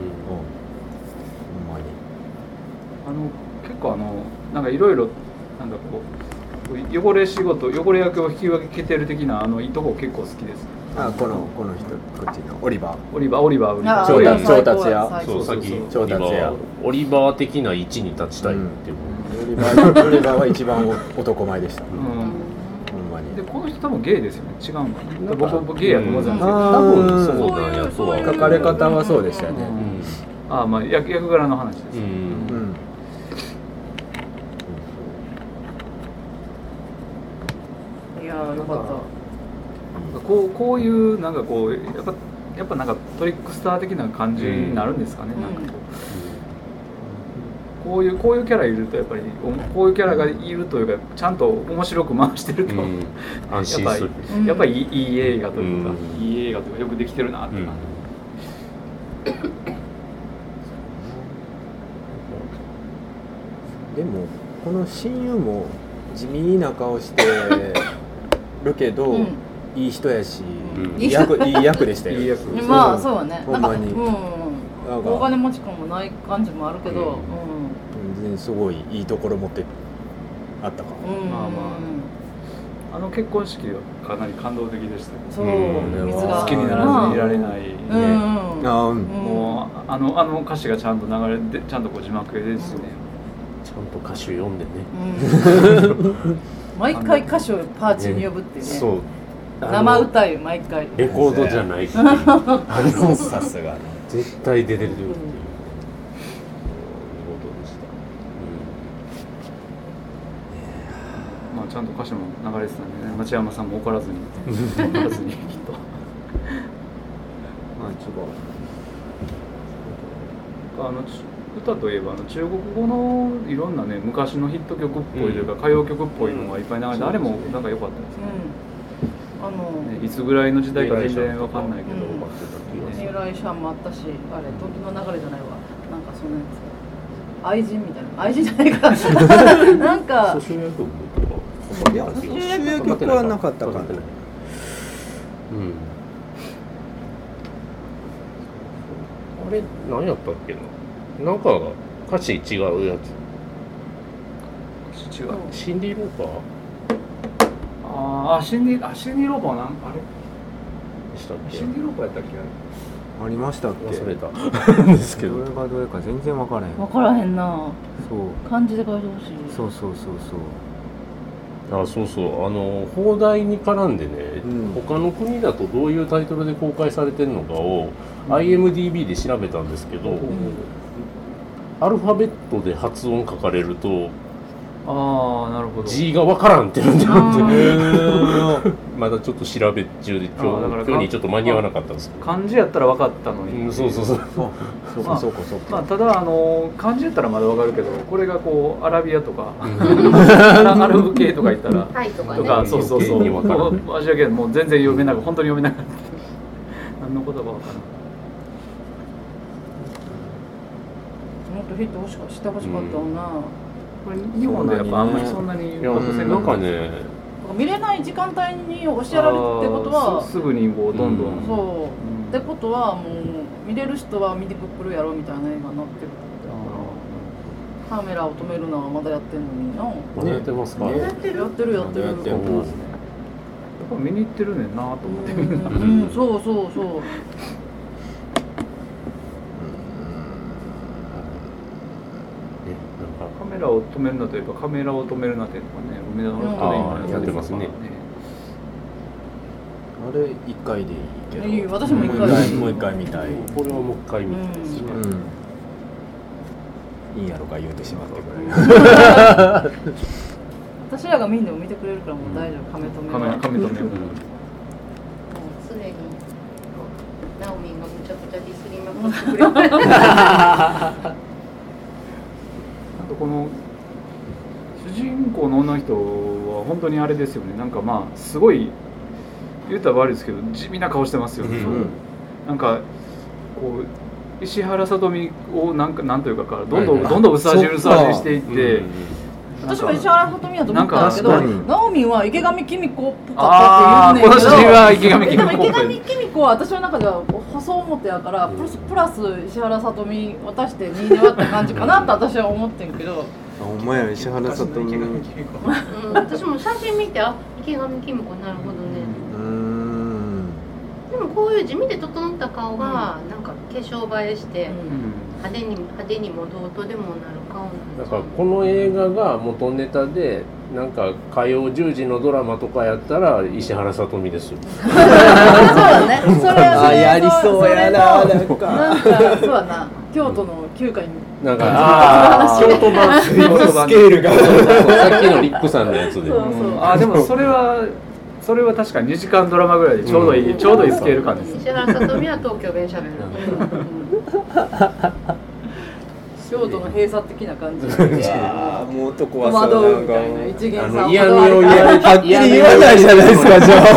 まに。 結構なんかいろいろなんかこう汚れ仕事、汚れ役を引き分けてる的ないいとこ結構好きです。 あ、この人こっちのオリバー調達屋。 そう、さっき調達屋。 オリバー的な位置に立ちたいっていう。 オリバーは一番男前でした。ほんまに。 でこの人多分ゲイですよね。違うんかな。僕ゲイやと思ってたんですけど。 多分そうなんやとは。 書かれ方はそうでしたね。 ああ、まあ役柄の話です。 よかった。 こういうなんかこうやっぱなんかトリックスター的な感じになるんですかね。なんかこういうキャラいるとやっぱりこういうキャラがいるというかちゃんと面白く回してると、 安心する。 やっぱりいい映画というか、いい映画というかよくできてるなって感じ。 でもこの親友も地味な顔してるけど、いい人やし、いい役でしたよ。 まあそうね。 ほんまに。 大金持ち感もない感じもあるけど、 全然すごいいいところ持ってあったか。 まあ結婚式はかなり感動的でした。 そう、好きにならずにいられない。もう歌詞がちゃんと流れてちゃんとこう字幕でですね。 ちゃんと歌詞読んでね。 毎回歌手をパーチに呼ぶっていうね。 そう。 生歌い毎回。 レコードじゃないっていう。 さすが。 絶対出てるっていう。見事でした。 まあちゃんと歌詞も流れてたんでね、町山さんも怒らずにきっと。まあちょっと歌といえば中国語のいろんなね昔のヒット曲っぽいというか歌謡曲っぽいのがいっぱい流れて、あれもなんか良かったですね。いつぐらいの時代か全然わかんないけど、 ニューライシャンもあったし、あれ時の流れじゃないわ、なんかそんなやつ愛人みたいな、愛人じゃないかなんか蘇州役とか、 いや蘇州役はなかったかな。 あれ何やったっけな。なんか歌詞違うやつ。 違う。 シンディ・ローパー？ シンディ・ローパーあれ？ したっけ？ シンディ・ローパーやったっけ？ ありましたっけ？ 忘れた。ですけど。 どれがどれか全然分からへん。 分からへんな。 そう。 漢字で書いてほしい。 そう。 そう放題に絡んでね、他の国だとどういうタイトルで公開されてるのかを IMDB で調べたんですけど、アルファベットで発音書かれるとなるほど。 字が分からんってなってまだちょっと調べ中で今日にちょっと間に合わなかったんですけど、 漢字やったら分かったのに。 そうまあただ漢字やったらまだ分かるけど、これがこうアラビアとかアラブ系とか言ったらとかそうアジア系もう全然読めなく、本当に読めなかった。何のことか分からない。 もっとヒットしてほしかったな。 これ日本でやっぱあんまりそんなになんかね、 見れない時間帯に教えられるってことはすぐにこうどんどんそうってことはもう見れる人は見てくるやろみたいな映画になってるカメラを止めるのはまだやってんのにな。 まだやってますか？ やってる。 やっぱ見に行ってるねんなと思ってみんな。 そうなんかメラを止めるなといえばカメラを止めるなってとかね、梅田の人で今やってますね。 あれ1回でいいけど、 いい、私も1回もう一回見たい。 これはもう1回見たいですね。 いいやろか言うてしまってくれる。 私らが見んでも見てくれるからもう大丈夫、カメ止めは。 カメ止める。 もうすでにナオミンがむちゃくちゃディスりまくってくれる。 あとこの主人公の女の人は本当にあれですよね。なんかまあすごい言ったら悪いですけど地味な顔してますよね。なんかこう石原さとみをなんというかからどんどん薄味していって。 私も石原さとみだと思ったんだけど、ナオミンは池上紀美子っぽかったって言うねんけど、 このは池上紀美子池上紀美子は私の中では細表やからプラス石原さとみ渡して2で割った感じかなと私は思ってんけど。 お前は石原さとみ。 私も写真見て池上紀美子なるほどね。でもこういう地味で整った顔がなんか化粧映えして派手にもどうとでもなる顔なんだからこの映画が元ネタでなんか火曜10時のドラマとかやったら石原さとみです。そうだね。それはやりそうやな。 なんかそうだな。京都の旧家になんか京都版スケールがさっきのリックさんのやつで。 でもそれは確かに2時間ドラマぐらいでちょうどいいスケール感です。 石原さとみは東京弁しゃべる。 京都の閉鎖的な感じで。 もう男は戸惑うみたいな一元さん。 嫌味をはっきり言わないじゃないですかじゃあ。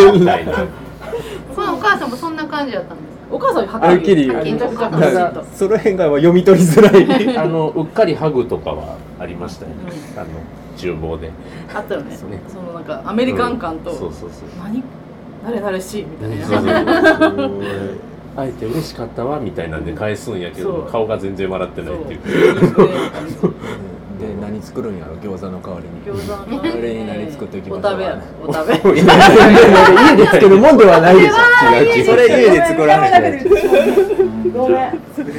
このお母さんもそんな感じだったんです。 お母さんはっきり言う。その辺が読み取りづらい。 うっかりハグとかはありましたよね。厨房であったよね。そのなんかアメリカン感と何慣れしいみたいな。 あえて嬉しかったわみたいなんで返すんやけど顔が全然笑ってないっていう。 で何作るんやろ餃子の代わりに。 餃子のあれに何作っておきましょう。 お食べ。 家で作るもんではないでしょ。それ家で作らない。 ごめん。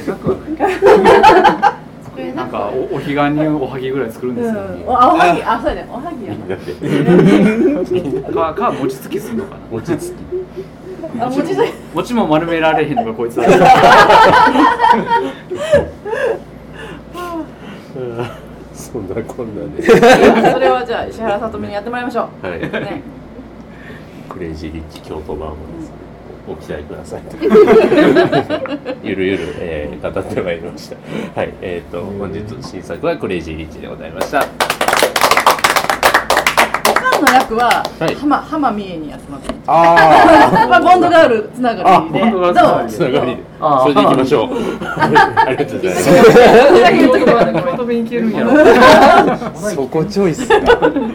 なんかお彼岸におはぎぐらい作るんですよ。 おはぎ、そうやね、おはぎやな。 か餅つきするのかな。 餅つき。 餅も丸められへんのがこいつだ。 そんなこんなで。 それはじゃあ石原さとみにやってもらいましょう。はい。 クレイジーリッチ京都版もご期待ください。ゆるゆる、語ってまいりました。はい、本日新作はクレイジーリッチでございました。 おかんの役は浜美恵にやってます。ボンドガールつながりで。 つながりで。それでいきましょう。ありがとうございます。 京都弁いけるんやろ。 そこチョイス。